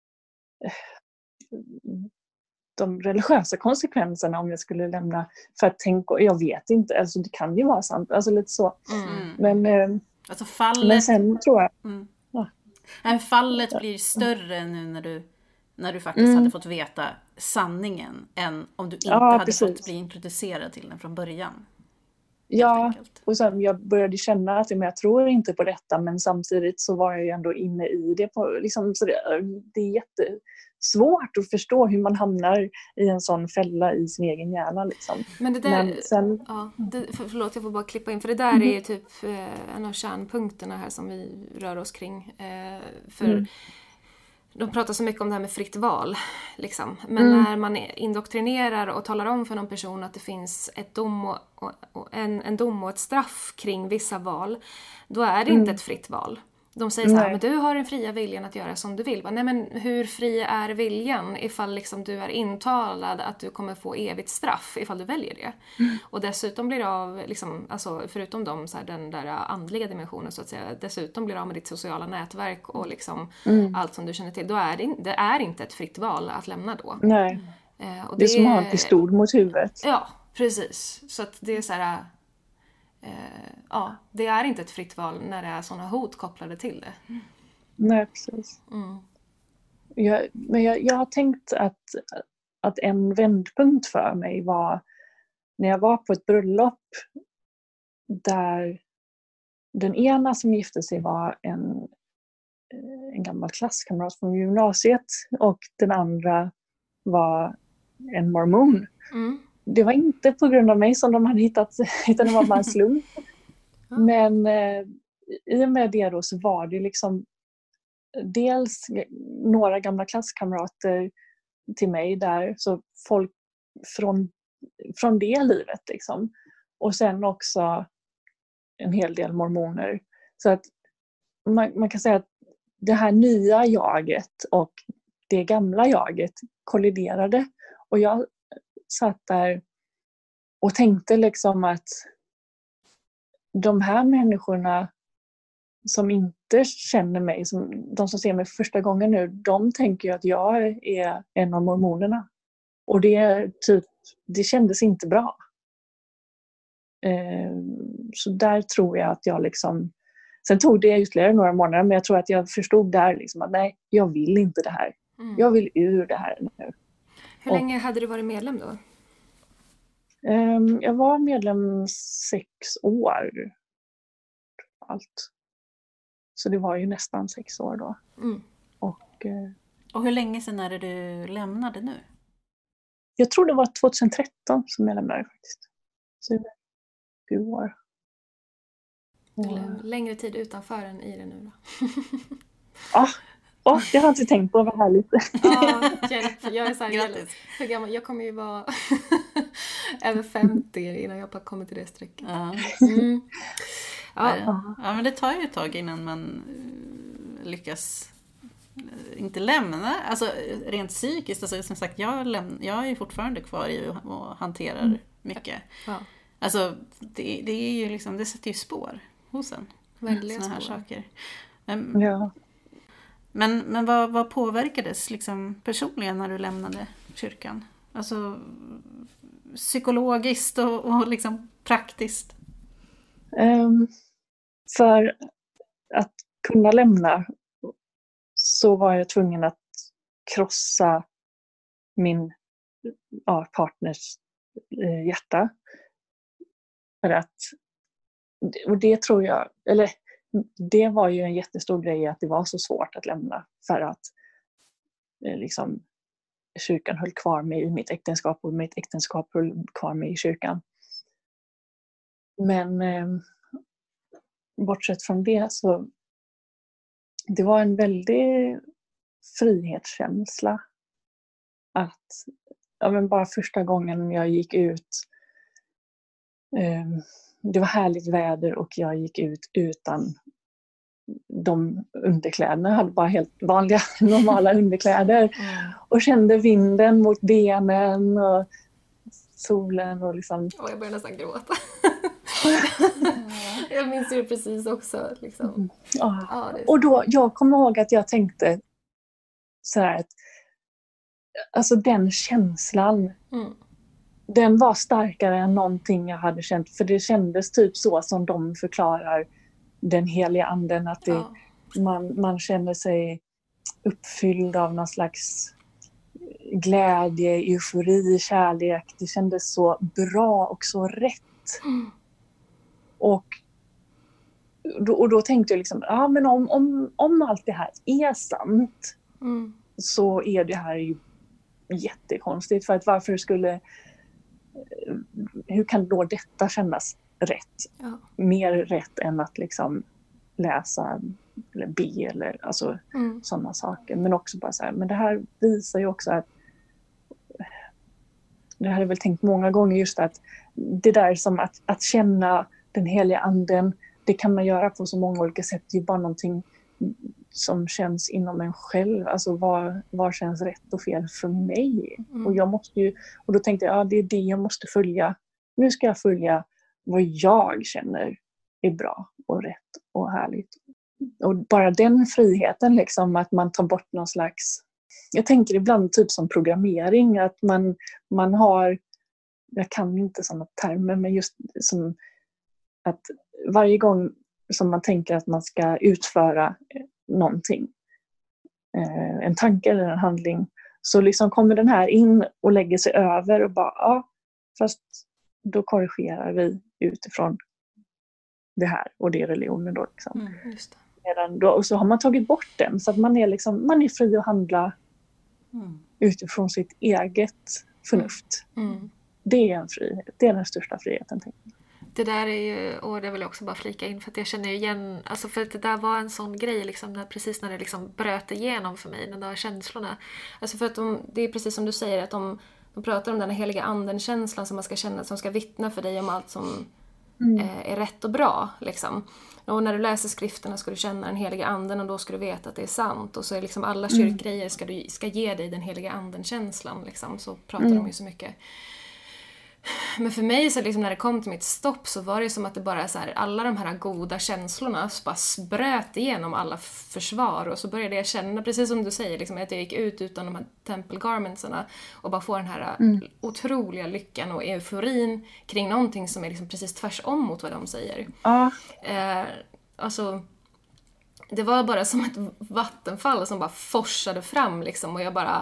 de religiösa konsekvenserna om jag skulle lämna, för att tänka, jag vet inte, alltså det kan ju vara sant, alltså lite så. Men alltså fallet, men sen tror jag fallet blir större nu när du faktiskt hade fått veta sanningen än om du inte hade fått bli introducerad till den från början. Ja, enkelt. och sen jag började känna att jag tror inte på detta, men samtidigt så var jag ju ändå inne i det. Liksom, så det är jättesvårt att förstå hur man hamnar i en sån fälla i sin egen hjärna. Liksom. Men det där, Men sen, förlåt, jag får bara klippa in. För det där är ju typ en av kärnpunkterna här som vi rör oss kring. För de pratar så mycket om det här med fritt val. Liksom. Men när man indoktrinerar och talar om för någon person att det finns en dom och ett straff kring vissa val, då är det inte ett fritt val. De säger så här, men du har den fria viljan att göra som du vill. Nej, men hur fri är viljan ifall liksom du är intalad att du kommer få evigt straff ifall du väljer det? Och dessutom blir det av, liksom, alltså, förutom den där andliga dimensionen så att säga, dessutom blir det av med ditt sociala nätverk och liksom allt som du känner till. Då är det är inte ett fritt val att lämna då. Nej, Och det är som att ha en pistol mot huvudet. Ja, precis. Så att det är så här... det är inte ett fritt val när det är sådana hot kopplade till det. Nej, precis. Jag har tänkt att en vändpunkt för mig var när jag var på ett bröllop där den ena som gifte sig var en gammal klasskamrat från gymnasiet och den andra var en mormon. Det var inte på grund av mig som de hade hittat, utan det var bara en slump. Men i och med det då så var det liksom dels några gamla klasskamrater till mig där, så folk från det livet liksom. Och sen också en hel del mormoner. Så att man kan säga att det här nya jaget och det gamla jaget kolliderade. Och jag satt där och tänkte liksom att de här människorna som inte känner mig, de som ser mig för första gången nu, de tänker ju att jag är en av mormonerna. Och det kändes inte bra. Så där tror jag att jag liksom... Sen tog det ytterligare några månader, men jag tror att jag förstod där liksom att nej, jag vill inte det här. Jag vill ur det här nu. Hur länge hade du varit medlem då? Jag var medlem 6 år. Allt. Så det var ju nästan 6 år då. Och hur länge sedan är det du lämnade nu? Jag tror det var 2013 som jag lämnade faktiskt. Så det var 7 år. Längre tid utanför än i det nu då? Det har jag inte tänkt på, vad härligt. Ja, jag är så här, grattis. Hur gammal? Jag kommer ju vara över 50 innan jag kommer till det strecket. Ja, men det tar ju ett tag innan man lyckas inte lämna, alltså rent psykiskt, alltså, som sagt jag är ju fortfarande kvar i och hanterar mycket. Alltså det är ju liksom, det sätter ju spår hos en. Såna här saker. Men vad påverkades liksom personligen när du lämnade kyrkan? Alltså psykologiskt och liksom praktiskt? För att kunna lämna så var jag tvungen att krossa min partners hjärta. För att, och det tror jag, eller det var ju en jättestor grej att det var så svårt att lämna, för att liksom kyrkan höll kvar mig i mitt äktenskap och mitt äktenskap höll kvar mig i kyrkan. Men bortsett från det så det var en väldig frihetskänsla att men bara första gången jag gick ut, det var härligt väder och jag gick ut utan de underkläderna. Jag hade bara helt vanliga normala underkläder och kände vinden mot benen och solen och liksom... Jag börjar nästan gråta. Jag minns det precis också. Liksom. Och då, jag kommer ihåg att jag tänkte så här att alltså den känslan den var starkare än någonting jag hade känt, för det kändes typ så som de förklarar den heliga anden, att man känner sig uppfylld av någon slags glädje, eufori, kärlek. Det kändes så bra och så rätt. och då tänkte jag liksom, ja men om allt det här är sant, så är det här ju jättekonstigt. För att hur kan då detta kännas rätt? Ja. Mer rätt än att liksom läsa eller be eller alltså sådana saker. Men också bara så här, men det här visar ju också att, det hade jag väl tänkt många gånger, just att det där som att känna den heliga anden, det kan man göra på så många olika sätt. Det är bara någonting som känns inom en själv. Alltså vad känns rätt och fel för mig? Och då tänkte jag, det är det jag måste följa. Nu ska jag följa vad jag känner är bra och rätt och härligt. Och bara den friheten liksom, att man tar bort någon slags, jag tänker ibland typ som programmering, att man har, jag kan inte sådana termer, men just som att varje gång som man tänker att man ska utföra någonting, en tanke eller en handling, så liksom kommer den här in och lägger sig över och bara, fast då korrigerar vi utifrån det här, och det är religionen då liksom. Just det. Och så har man tagit bort den, så att man är fri att handla utifrån sitt eget förnuft. Det är en frihet, det är den största friheten, tänker jag. Det där är ju, och det vill jag också bara flika in, för att jag känner igen, alltså för att det där var en sån grej liksom, precis när det liksom bröt igenom för mig, de där känslorna. Alltså för att det är precis som du säger, att de pratar om den här heliga anden-känslan som man ska känna, som ska vittna för dig om allt som är rätt och bra liksom. Och när du läser skrifterna ska du känna den heliga anden, och då ska du veta att det är sant. Och så är liksom alla kyrkgrejer ska ge dig den heliga anden-känslan liksom. Så pratar de ju så mycket. Men för mig så liksom, när det kom till mitt stopp, så var det som att det bara så här, alla de här goda känslorna bara bröt igenom alla försvar, och så började jag känna, precis som du säger liksom, att jag gick ut utan de här temple garmentsarna och bara få den här otroliga lyckan och euforin kring någonting som är liksom precis tvärsom mot vad de säger. Alltså det var bara som ett vattenfall som bara forsade fram liksom, och jag bara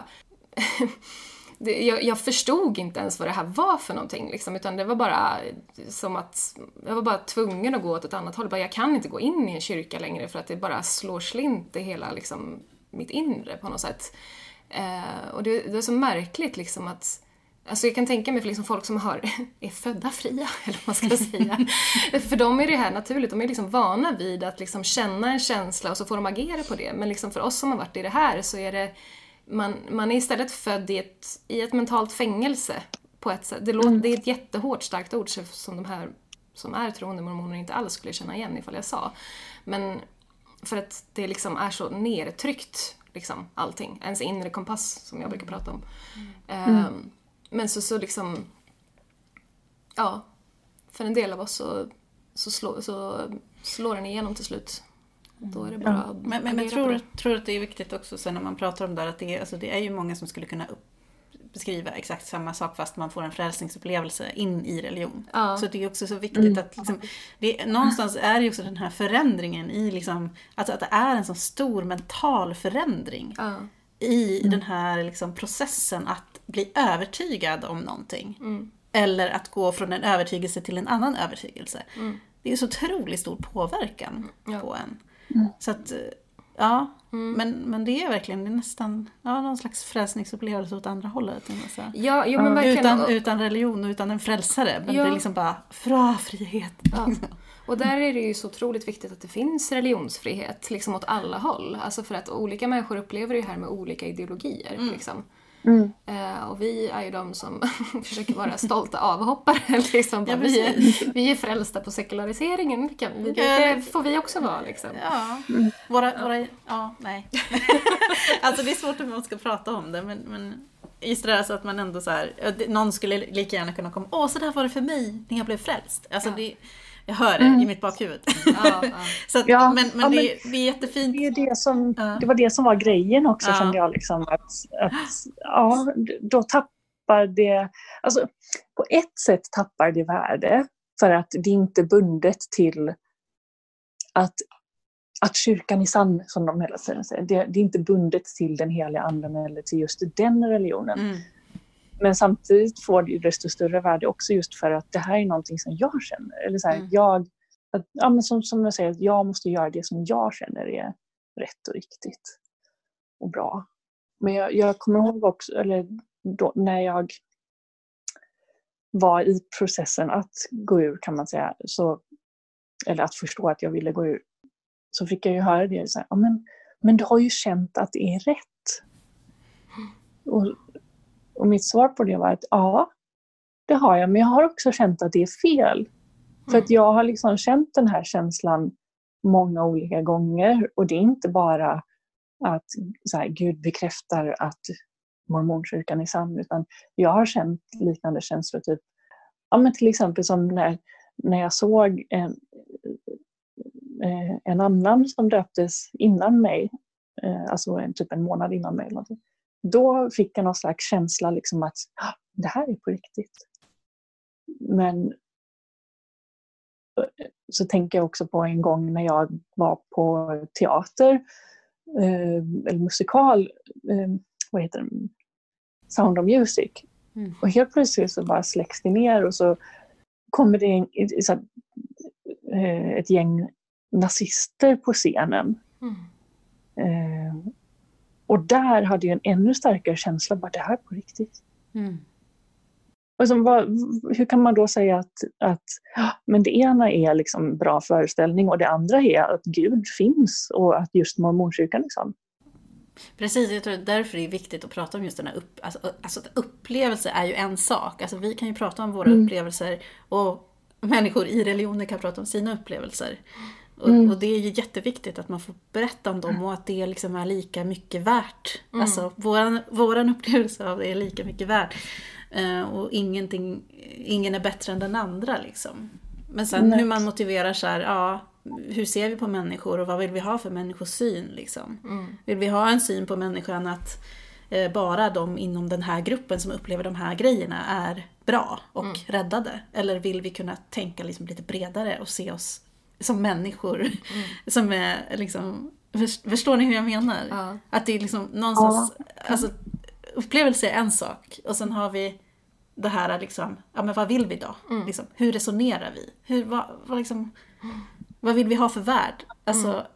jag förstod inte ens vad det här var för någonting liksom, utan det var bara som att jag var bara tvungen att gå åt ett annat håll. Jag kan inte gå in i en kyrka längre, för att det bara slår slint i hela liksom, mitt inre på något sätt. Och det är så märkligt liksom att, alltså jag kan tänka mig för liksom folk som är födda fria, eller vad man ska säga. För dem är det här naturligt. De är liksom vana vid att liksom känna en känsla, och så får de agera på det. Men liksom för oss som har varit i det här, så är det man är istället född i ett mentalt fängelse på ett sätt. Det är ett jättehårt, starkt ord som de här som är troende mormoner inte alls skulle känna igen ifall jag sa. Men för att det liksom är så nedtryckt liksom, allting. Ens inre kompass som jag brukar prata om. Men så liksom, ja, för en del av oss så slår den igenom till slut. Då är det bara men jag tror att det är viktigt också sen när man pratar om det här, att det är ju många som skulle kunna beskriva exakt samma sak, fast man får en frälsningsupplevelse in i religion. Så det är också så viktigt att liksom, någonstans är det också den här förändringen i liksom, att det är en så stor mental förändring i den här liksom, processen att bli övertygad om någonting. Eller att gå från en övertygelse till en annan övertygelse. Det är så otroligt stor påverkan på en. Så att, men det är verkligen, det är nästan någon slags frälsningsupplevelse åt andra hållet. Men verkligen. Utan religion och utan en frälsare. Men det är liksom bara frihet. Och där är det ju så otroligt viktigt att det finns religionsfrihet liksom åt alla håll. Alltså för att olika människor upplever det här med olika ideologier. Liksom. Och vi är ju de som försöker vara stolta avhoppare. Liksom. Vi är frälsta på sekulariseringen. Det får vi också vara. Liksom. Nej. Alltså det är svårt om man ska prata om det. Men just det där så att man ändå så här, någon skulle lika gärna kunna komma, så där var det för mig när jag blev frälst. Alltså jag hör det i mitt bakhuvud. Så att, men det är jättefint. Det var det som var grejen också, kände jag liksom, att då tappar det, alltså på ett sätt tappar det värde, för att det inte är bundet till att kyrkan är sann, som de hela tiden säger. Det är inte bundet till den heliga anden eller till just den religionen. Men samtidigt får det ju desto större värde också, just för att det här är någonting som jag känner. Eller så här, men som jag säger, att jag måste göra det som jag känner är rätt och riktigt och bra. Men jag kommer ihåg också, eller då, när jag var i processen att gå ur, kan man säga, eller att förstå att jag ville gå ur, så fick jag ju höra det så här, men du har ju känt att det är rätt. Och mitt svar på det var att ja, det har jag, men jag har också känt att det är fel. För att jag har liksom känt den här känslan många olika gånger, och det är inte bara att så här, Gud bekräftar att mormonkyrkan är sann, utan jag har känt liknande känslor, typ, men till exempel som när jag såg en annan som döptes innan mig, alltså typ en månad innan mig, då fick jag någon slags känsla liksom att det här är på riktigt. Men så tänker jag också på en gång när jag var på teater eller musikal, vad heter det? Sound of Music. Och helt plötsligt så bara släcks det ner, och så kommer det ett gäng nazister på scenen. Och där hade jag en ännu starkare känsla, bara det här på riktigt. Och så, hur kan man då säga att men det ena är liksom bra föreställning och det andra är att Gud finns och att just mormonkyrkan är sann? Precis, jag tror därför det är viktigt att prata om just den här alltså upplevelse är ju en sak. Alltså vi kan ju prata om våra upplevelser, och människor i religioner kan prata om sina upplevelser. Och det är ju jätteviktigt att man får berätta om dem, och att det liksom är lika mycket värt. Alltså våran upplevelse av det är lika mycket värt. Och ingen är bättre än den andra liksom. Men sen hur man motiverar så här, hur ser vi på människor och vad vill vi ha för människosyn liksom? Vill vi ha en syn på människan att bara de inom den här gruppen som upplever de här grejerna är bra och räddade? Eller vill vi kunna tänka liksom lite bredare och se oss som människor som är liksom, förstår ni hur jag menar? Ja. Att det är liksom någonstans, alltså upplevelse är en sak, och sen har vi det här liksom, men vad vill vi då? Liksom, hur resonerar vi? Vad vill vi ha för värld? Alltså,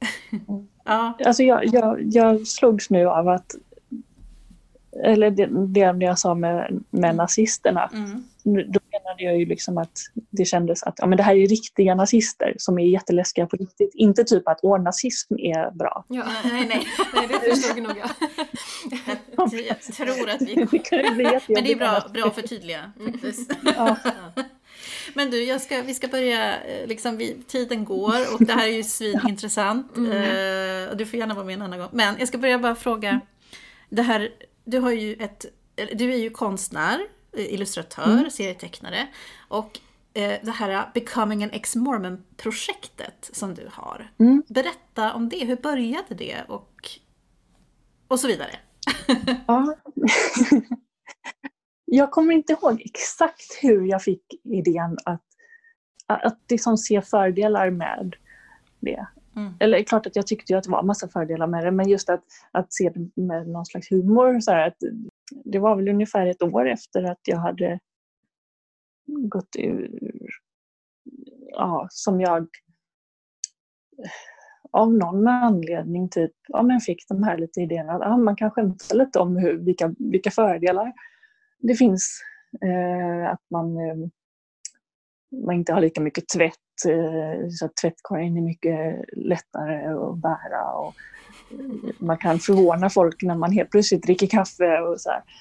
Alltså jag slogs nu av att, eller det jag sa med nazisterna, då menade jag ju liksom att det kändes att men det här är riktiga nazister som är jätteläskiga på riktigt. Inte typ att nazism är bra. Ja, nej, det förstod nog jag. Jag tror att vi men det är bra för tydliga faktiskt. Men du, vi ska börja liksom, tiden går och det här är ju svinintressant. Och du får gärna vara med en annan gång. Men jag ska börja bara fråga, det här, du är ju konstnär, illustratör, serietecknare, och det här Becoming an Ex-Mormon-projektet som du har. Berätta om det, hur började det och så vidare. Ja. Jag kommer inte ihåg exakt hur jag fick idén att liksom se fördelar med det. Eller klart att jag tyckte att det var en massa fördelar med det, men just att se det med någon slags humor. Så här, att det var väl ungefär ett år efter att jag hade gått ur, som jag av någon anledning typ, men fick de här lite idéerna att man kan skämta lite om vilka fördelar det finns. Att man inte har lika mycket tvätt, så att tvättkorgen är mycket lättare att bära, och man kan förvåna folk när man helt plötsligt dricker kaffe och så här.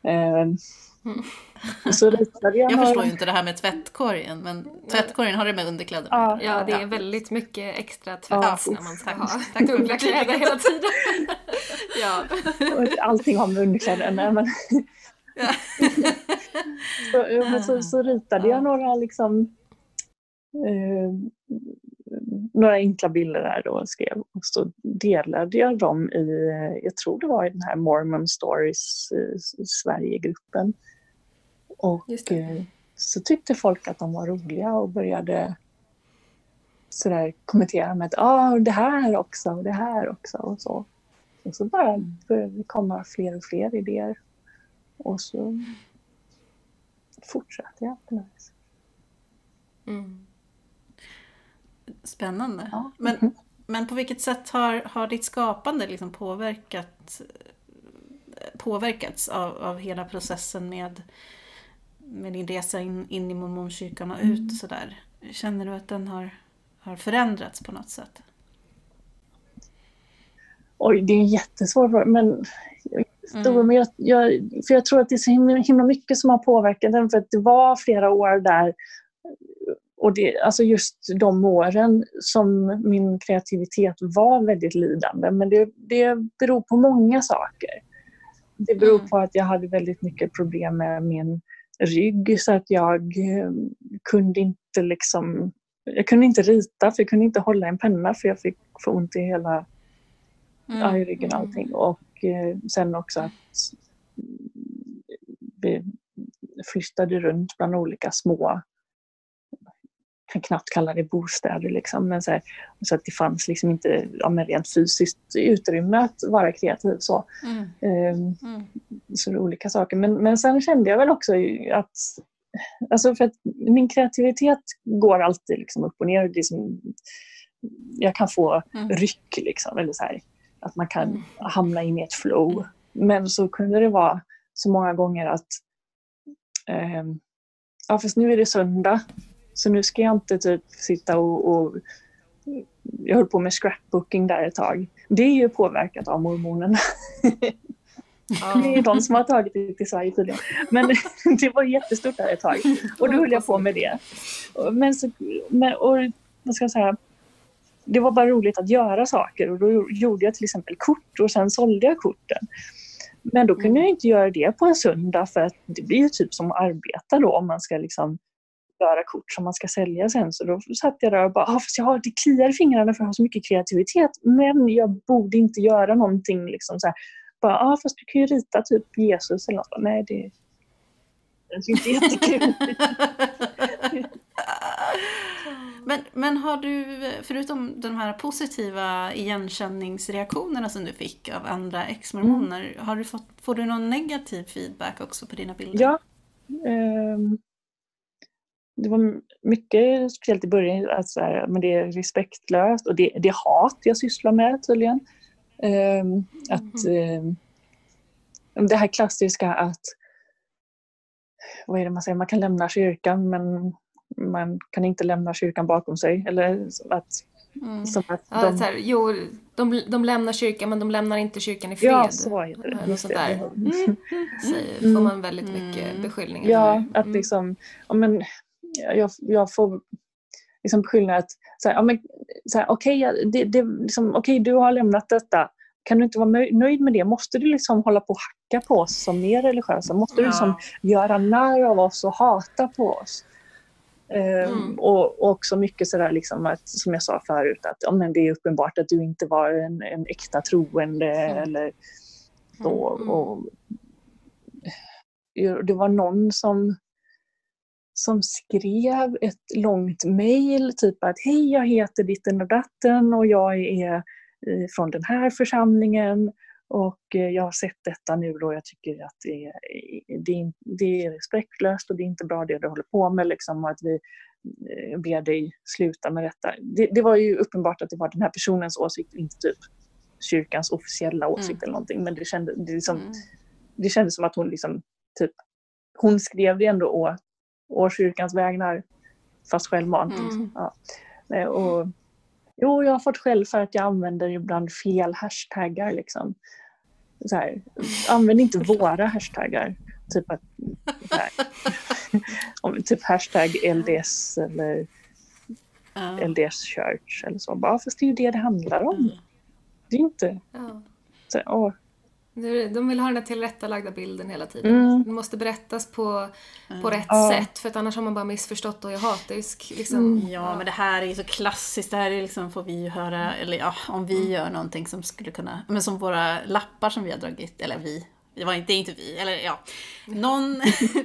Så jag förstår ju inte det här med tvättkorgen, men tvättkorgen har det med underkläder. Ja, det är väldigt mycket extra tvätt när man ska ha dubbla kläder hela tiden. Ja. Allting har med underkläder. Nej, men så ritade jag några liksom några enkla bilder där då och skrev, och så delade jag dem jag tror det var i den här Mormon Stories Sverige-gruppen, och så tyckte folk att de var roliga och började sådär kommentera med att det här också och det här också och så. Och så bara började det komma fler och fler idéer, och så fortsatte jag på det. Spännande. Ja. Men på vilket sätt har ditt skapande liksom påverkats av hela processen med din resa in i mormonkyrkan och ut och sådär? Känner du att den har förändrats på något sätt? Oj, det är en jättesvår fråga, men jag tror att det är så himla mycket som har påverkat den, för att det var flera år där, och alltså just de åren som min kreativitet var väldigt lidande, men det beror på många saker. Det beror på att jag hade väldigt mycket problem med min rygg, så att jag kunde inte rita, för jag kunde inte hålla en penna, för jag fick få ont i hela i ryggen och allting. Och sen också att vi flyttade runt bland olika små, kan knappt kalla det bostäder liksom, men så att det fanns liksom inte rent fysiskt utrymme att vara kreativ så. Så det är olika saker. Men sen kände jag väl också att, alltså för att min kreativitet går alltid liksom upp och ner. Det är som, jag kan få ryck liksom, eller så här, att man kan hamna in i ett flow. Men så kunde det vara så många gånger att fast nu är det söndag, så nu ska jag inte typ sitta och jag höll på med scrapbooking där ett tag. Det är ju påverkat av mormonerna. Det är de som har tagit det till Sverige tydligen. Men det var jättestort där ett tag. Och då höll jag på med det. Och vad ska jag säga? Det var bara roligt att göra saker. Och då gjorde jag till exempel kort och sen sålde jag korten. Men då kunde jag inte göra det på en söndag, för att det blir ju typ som att arbeta då om man ska liksom göra kort som man ska sälja sen. Så då satt jag där och bara, fast det kliar i fingrarna för jag har så mycket kreativitet, men jag borde inte göra någonting liksom så här. Bara, fast du kan ju rita typ Jesus eller något. Nej, det är inte jättekul. Men har du, förutom de här positiva igenkänningsreaktionerna som du fick av andra ex-mormoner, får du någon negativ feedback också på dina bilder? Ja. Det var mycket, speciellt i början, att så här, men det är respektlöst och det är hat jag sysslar med tydligen. Det här klassiska att, vad är det man säger, man kan lämna kyrkan men man kan inte lämna kyrkan bakom sig, eller att de lämnar kyrkan men de lämnar inte kyrkan i fred. Ja, så heter det. Något sånt där. Får man väldigt mycket beskyllningar för. Ja, att liksom, jag får liksom beskyllningar att okej, du har lämnat detta. Kan du inte vara nöjd med det? Måste du liksom hålla på och hacka på oss som mer religiösa? Måste du liksom göra narr av oss och hata på oss? Och också mycket sådär liksom att, som jag sa förut, att det är uppenbart att du inte var en äkta troende eller så. Och det var någon som skrev ett långt mejl typ att hej, jag heter ditten och datten och jag är från den här församlingen och jag har sett detta nu då, jag tycker att det är respektlöst och det är inte bra det du håller på med liksom, och att vi ber dig sluta med detta. Det var ju uppenbart att det var den här personens åsikt, inte typ kyrkans officiella åsikt eller någonting, men det kändes som att hon liksom typ, hon skrev det ändå å kyrkans vägnar fast självmant. Ja. Och jag har fått skäll för att jag använder ibland fel hashtaggar liksom. Så här, använd inte våra hashtaggar. Typ att typ hashtag LDS eller LDS Church eller så. Bara fast det är ju det handlar om. Det är inte så, de vill ha den här tillrättalagda bilden hela tiden. Det måste berättas på rätt sätt, för att annars har man bara missförstått och är hatisk. Liksom. Men det här är så klassiskt. Det här är liksom, får vi ju höra, eller om vi gör någonting som skulle kunna, men som våra lappar som vi har dragit, eller det är inte vi, eller någon.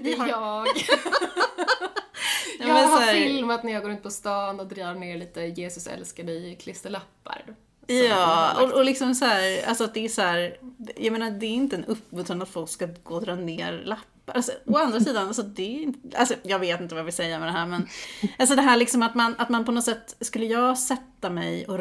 Jag har filmat när jag går runt på stan och drar ner lite Jesus älskar dig klisterlappar. Och liksom så här, alltså att det är så här, jag menar det är inte en uppmuntran att folk ska gå och dra ner lappar Alltså, å andra sidan, alltså, jag vet inte vad jag vill säga med det här, men alltså det här liksom att man på något sätt, skulle jag sätta mig och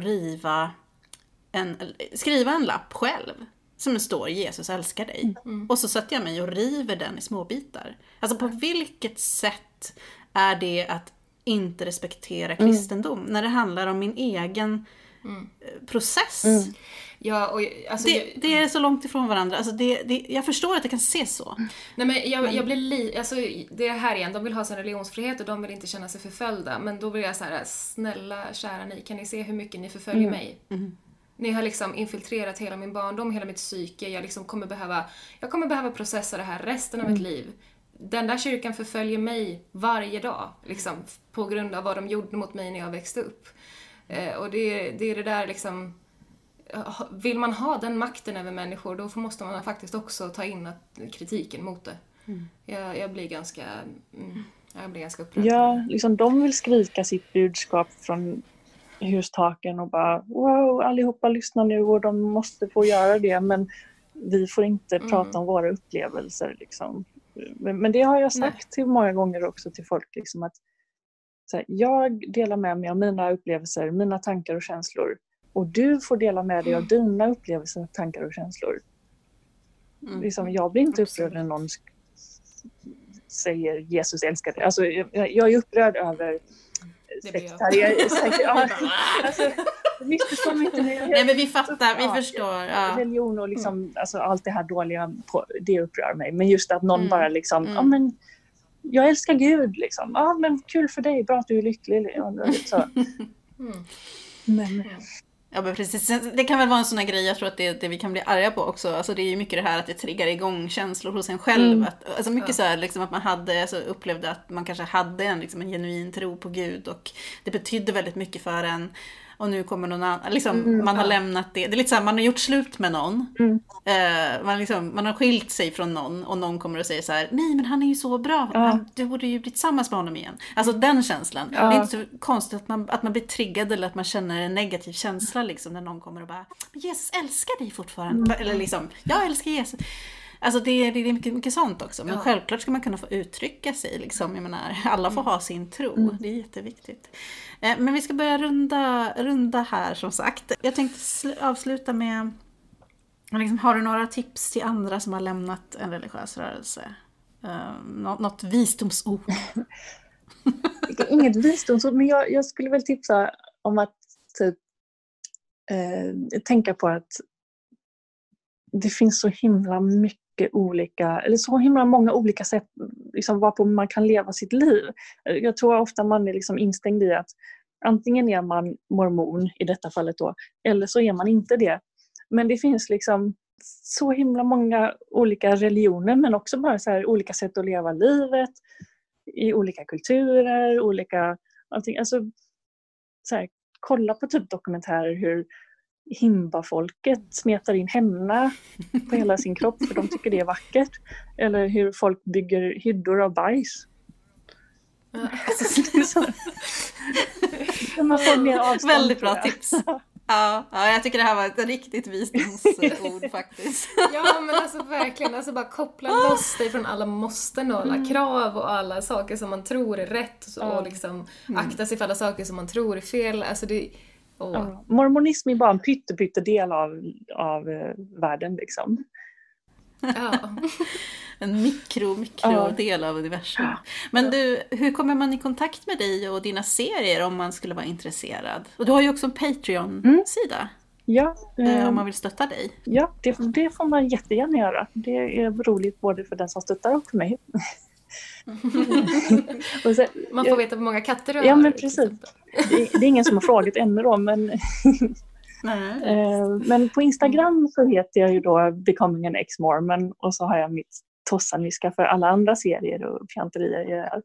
skriva en lapp själv som det står Jesus älskar dig, och så sätter jag mig och river den i små bitar. Alltså på vilket sätt är det att inte respektera kristendom när det handlar om min egen process? Ja, och, alltså, det är så långt ifrån varandra. Alltså jag förstår att det kan se så. Nej, men jag blir alltså, det är här igen, de vill ha sin religionsfrihet och de vill inte känna sig förföljda. Men då blir jag så här: snälla kära ni, kan ni se hur mycket ni förföljer mig? Ni har liksom infiltrerat hela min barndom, hela mitt psyke. Jag liksom kommer behöva processa det här resten av mitt liv. Den där kyrkan förföljer mig varje dag, liksom, på grund av vad de gjorde mot mig när jag växte upp. Och det är det där liksom, vill man ha den makten över människor, då måste man faktiskt också ta in kritiken mot det. Jag blir ganska upprörd. Ja, liksom de vill skrika sitt budskap från hustaken och bara wow, allihopa lyssna nu, och de måste få göra det, men vi får inte prata om våra upplevelser liksom. Men det har jag sagt till många gånger också till folk liksom, att så här, jag delar med mig av mina upplevelser, mina tankar och känslor, och du får dela med dig av dina upplevelser, tankar och känslor. Liksom, jag blir inte upprörd när någon säger Jesus älskar dig. Alltså, jag är upprörd över alltså, missförstår mig inte. Nej, men vi fattar, vi förstår. Ja. Religion och liksom, alltså, allt det här dåliga, det upprör mig. Men just att någon bara liksom, ja men jag älskar Gud liksom. Ja men kul för dig, bra att du är lycklig. Så. Men... Ja, men precis. Det kan väl vara en sån här grej, jag tror att det vi kan bli arga på också. Alltså det är ju mycket det här att det triggar igång känslor hos en själv. Alltså mycket så här liksom, att man upplevde att man kanske hade en genuin tro på Gud, och det betydde väldigt mycket för en. Och nu kommer någon annan, liksom, man har lämnat det. Det är lite så här, man har gjort slut med någon. Man har skilt sig från någon, och någon kommer och säger så här: nej men han är ju så bra, du borde ju bli tillsammans med honom igen. Alltså den känslan. Det är inte så konstigt att man blir triggad, eller att man känner en negativ känsla liksom, när någon kommer och bara: Jesus älskar dig fortfarande. Eller liksom, jag älskar Jesus. Alltså det är mycket, mycket sånt också. Men självklart ska man kunna få uttrycka sig liksom. Jag menar, alla får ha sin tro. Det är jätteviktigt. Men vi ska börja runda här som sagt. Jag tänkte avsluta med, liksom, har du några tips till andra som har lämnat en religiös rörelse? Något visdomsord? Inget visdomsord, men jag skulle väl tipsa om att typ, tänka på att det finns så himla mycket olika, eller så himla många olika sätt liksom, varpå man kan leva sitt liv. Jag tror ofta man är liksom instängd i att antingen är man mormon i detta fallet då, eller så är man inte det. Men det finns liksom så himla många olika religioner, men också bara så här olika sätt att leva livet i olika kulturer, olika allting. Alltså så här, kolla på typ dokumentärer hur himba-folket smetar in henna på hela sin kropp för de tycker det är vackert. Eller hur folk bygger hyddor av bajs. Man får mer avstånd. Väldigt bra tips. Ja, jag tycker det här var ett riktigt visdomsord faktiskt. Ja, men alltså verkligen, alltså bara koppla loss dig från alla måsten och alla krav och alla saker som man tror är rätt, och liksom akta sig för alla saker som man tror är fel. Alltså det... Mormonism är bara en pyttedel av världen liksom. Ja. En mikrodel av universum. Men du, hur kommer man i kontakt med dig och dina serier om man skulle vara intresserad? Och du har ju också en Patreon-sida. Ja. Om man vill stötta dig. Ja, det får man jättegärna göra. Det är roligt både för den som stöttar och för mig. Och så, man får veta hur många katter du har. Ja, men precis. Det är ingen som har frågat ännu då, men... men på Instagram så heter jag ju då Becoming an Ex-Mormon, och så har jag mitt tossaniska för alla andra serier och fjanterier jag gör.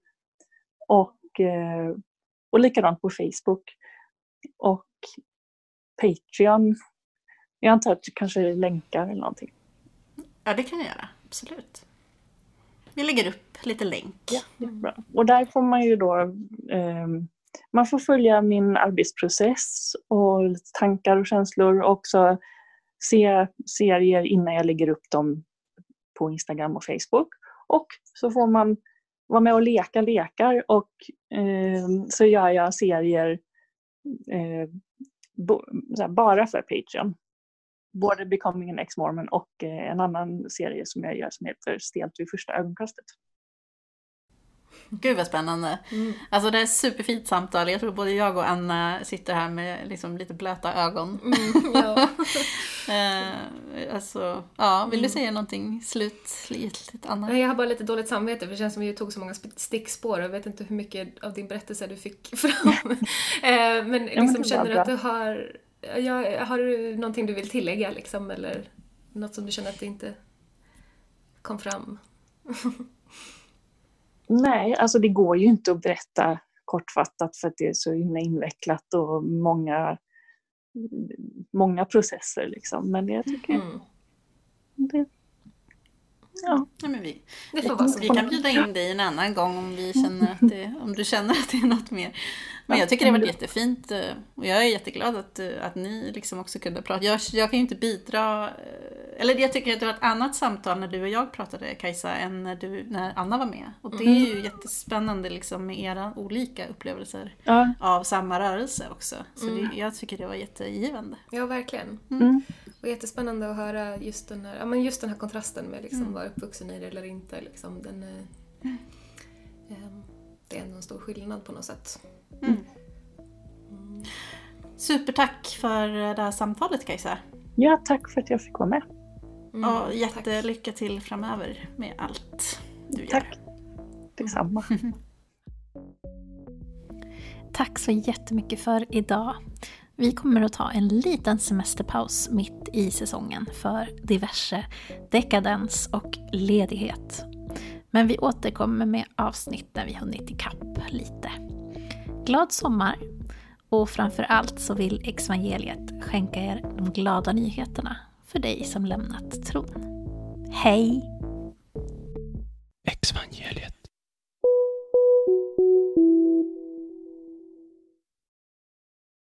Och likadant på Facebook och Patreon. Jag antar att du kanske länkar eller någonting. Ja, det kan jag göra. Absolut. Vi lägger upp lite länk. Ja, det är bra. Och där får man ju då man får följa min arbetsprocess och tankar och känslor, och också se serier innan jag lägger upp dem på Instagram och Facebook. Och så får man vara med och leka lekar och så gör jag serier bara för Patreon. Både Becoming an Ex-Mormon och en annan serie som jag gör som heter Stelt vid första ögonkastet. Gud vad spännande. Alltså det är superfint samtal. Jag tror både jag och Anna sitter här med liksom lite blöta ögon. Ja. Alltså, ja, vill du säga någonting slutligt Anna? Jag har bara lite dåligt samvete för det känns som att vi tog så många stickspår. Jag vet inte hur mycket av din berättelse du fick fram. Men liksom känner att du har du någonting du vill tillägga liksom, eller något som du känner att det inte kom fram? Nej, alltså det går ju inte att berätta kortfattat för att det är så invecklat och många processer liksom. Men jag tycker det, ja. Ja, men vi kan bjuda in dig en annan gång om vi känner om du känner att det är något mer. Men jag tycker det har varit jättefint och jag är jätteglad att ni liksom också kunde prata. Jag kan ju inte bidra, eller jag tycker att det var ett annat samtal när du och jag pratade, Kajsa, än när Anna var med. Och det är ju jättespännande liksom med era olika upplevelser av samma rörelse också. Så jag tycker det var jättegivande. Ja, verkligen. Och jättespännande att höra just den här kontrasten med liksom vara uppvuxen i det eller inte. Liksom, det är ändå en stor skillnad på något sätt. Supertack för det här samtalet, Kajsa. Ja, tack för att jag fick vara med. Och jättelycka till framöver med allt du gör. Tack. Detsamma. Tack så jättemycket för idag. Vi kommer att ta en liten semesterpaus mitt i säsongen för diverse dekadens och ledighet. Men vi återkommer med avsnitt när vi hunnit ikapp lite. Glad sommar, och framför allt så vill Exvangeliet skänka er de glada nyheterna för dig som lämnat tron. Hej!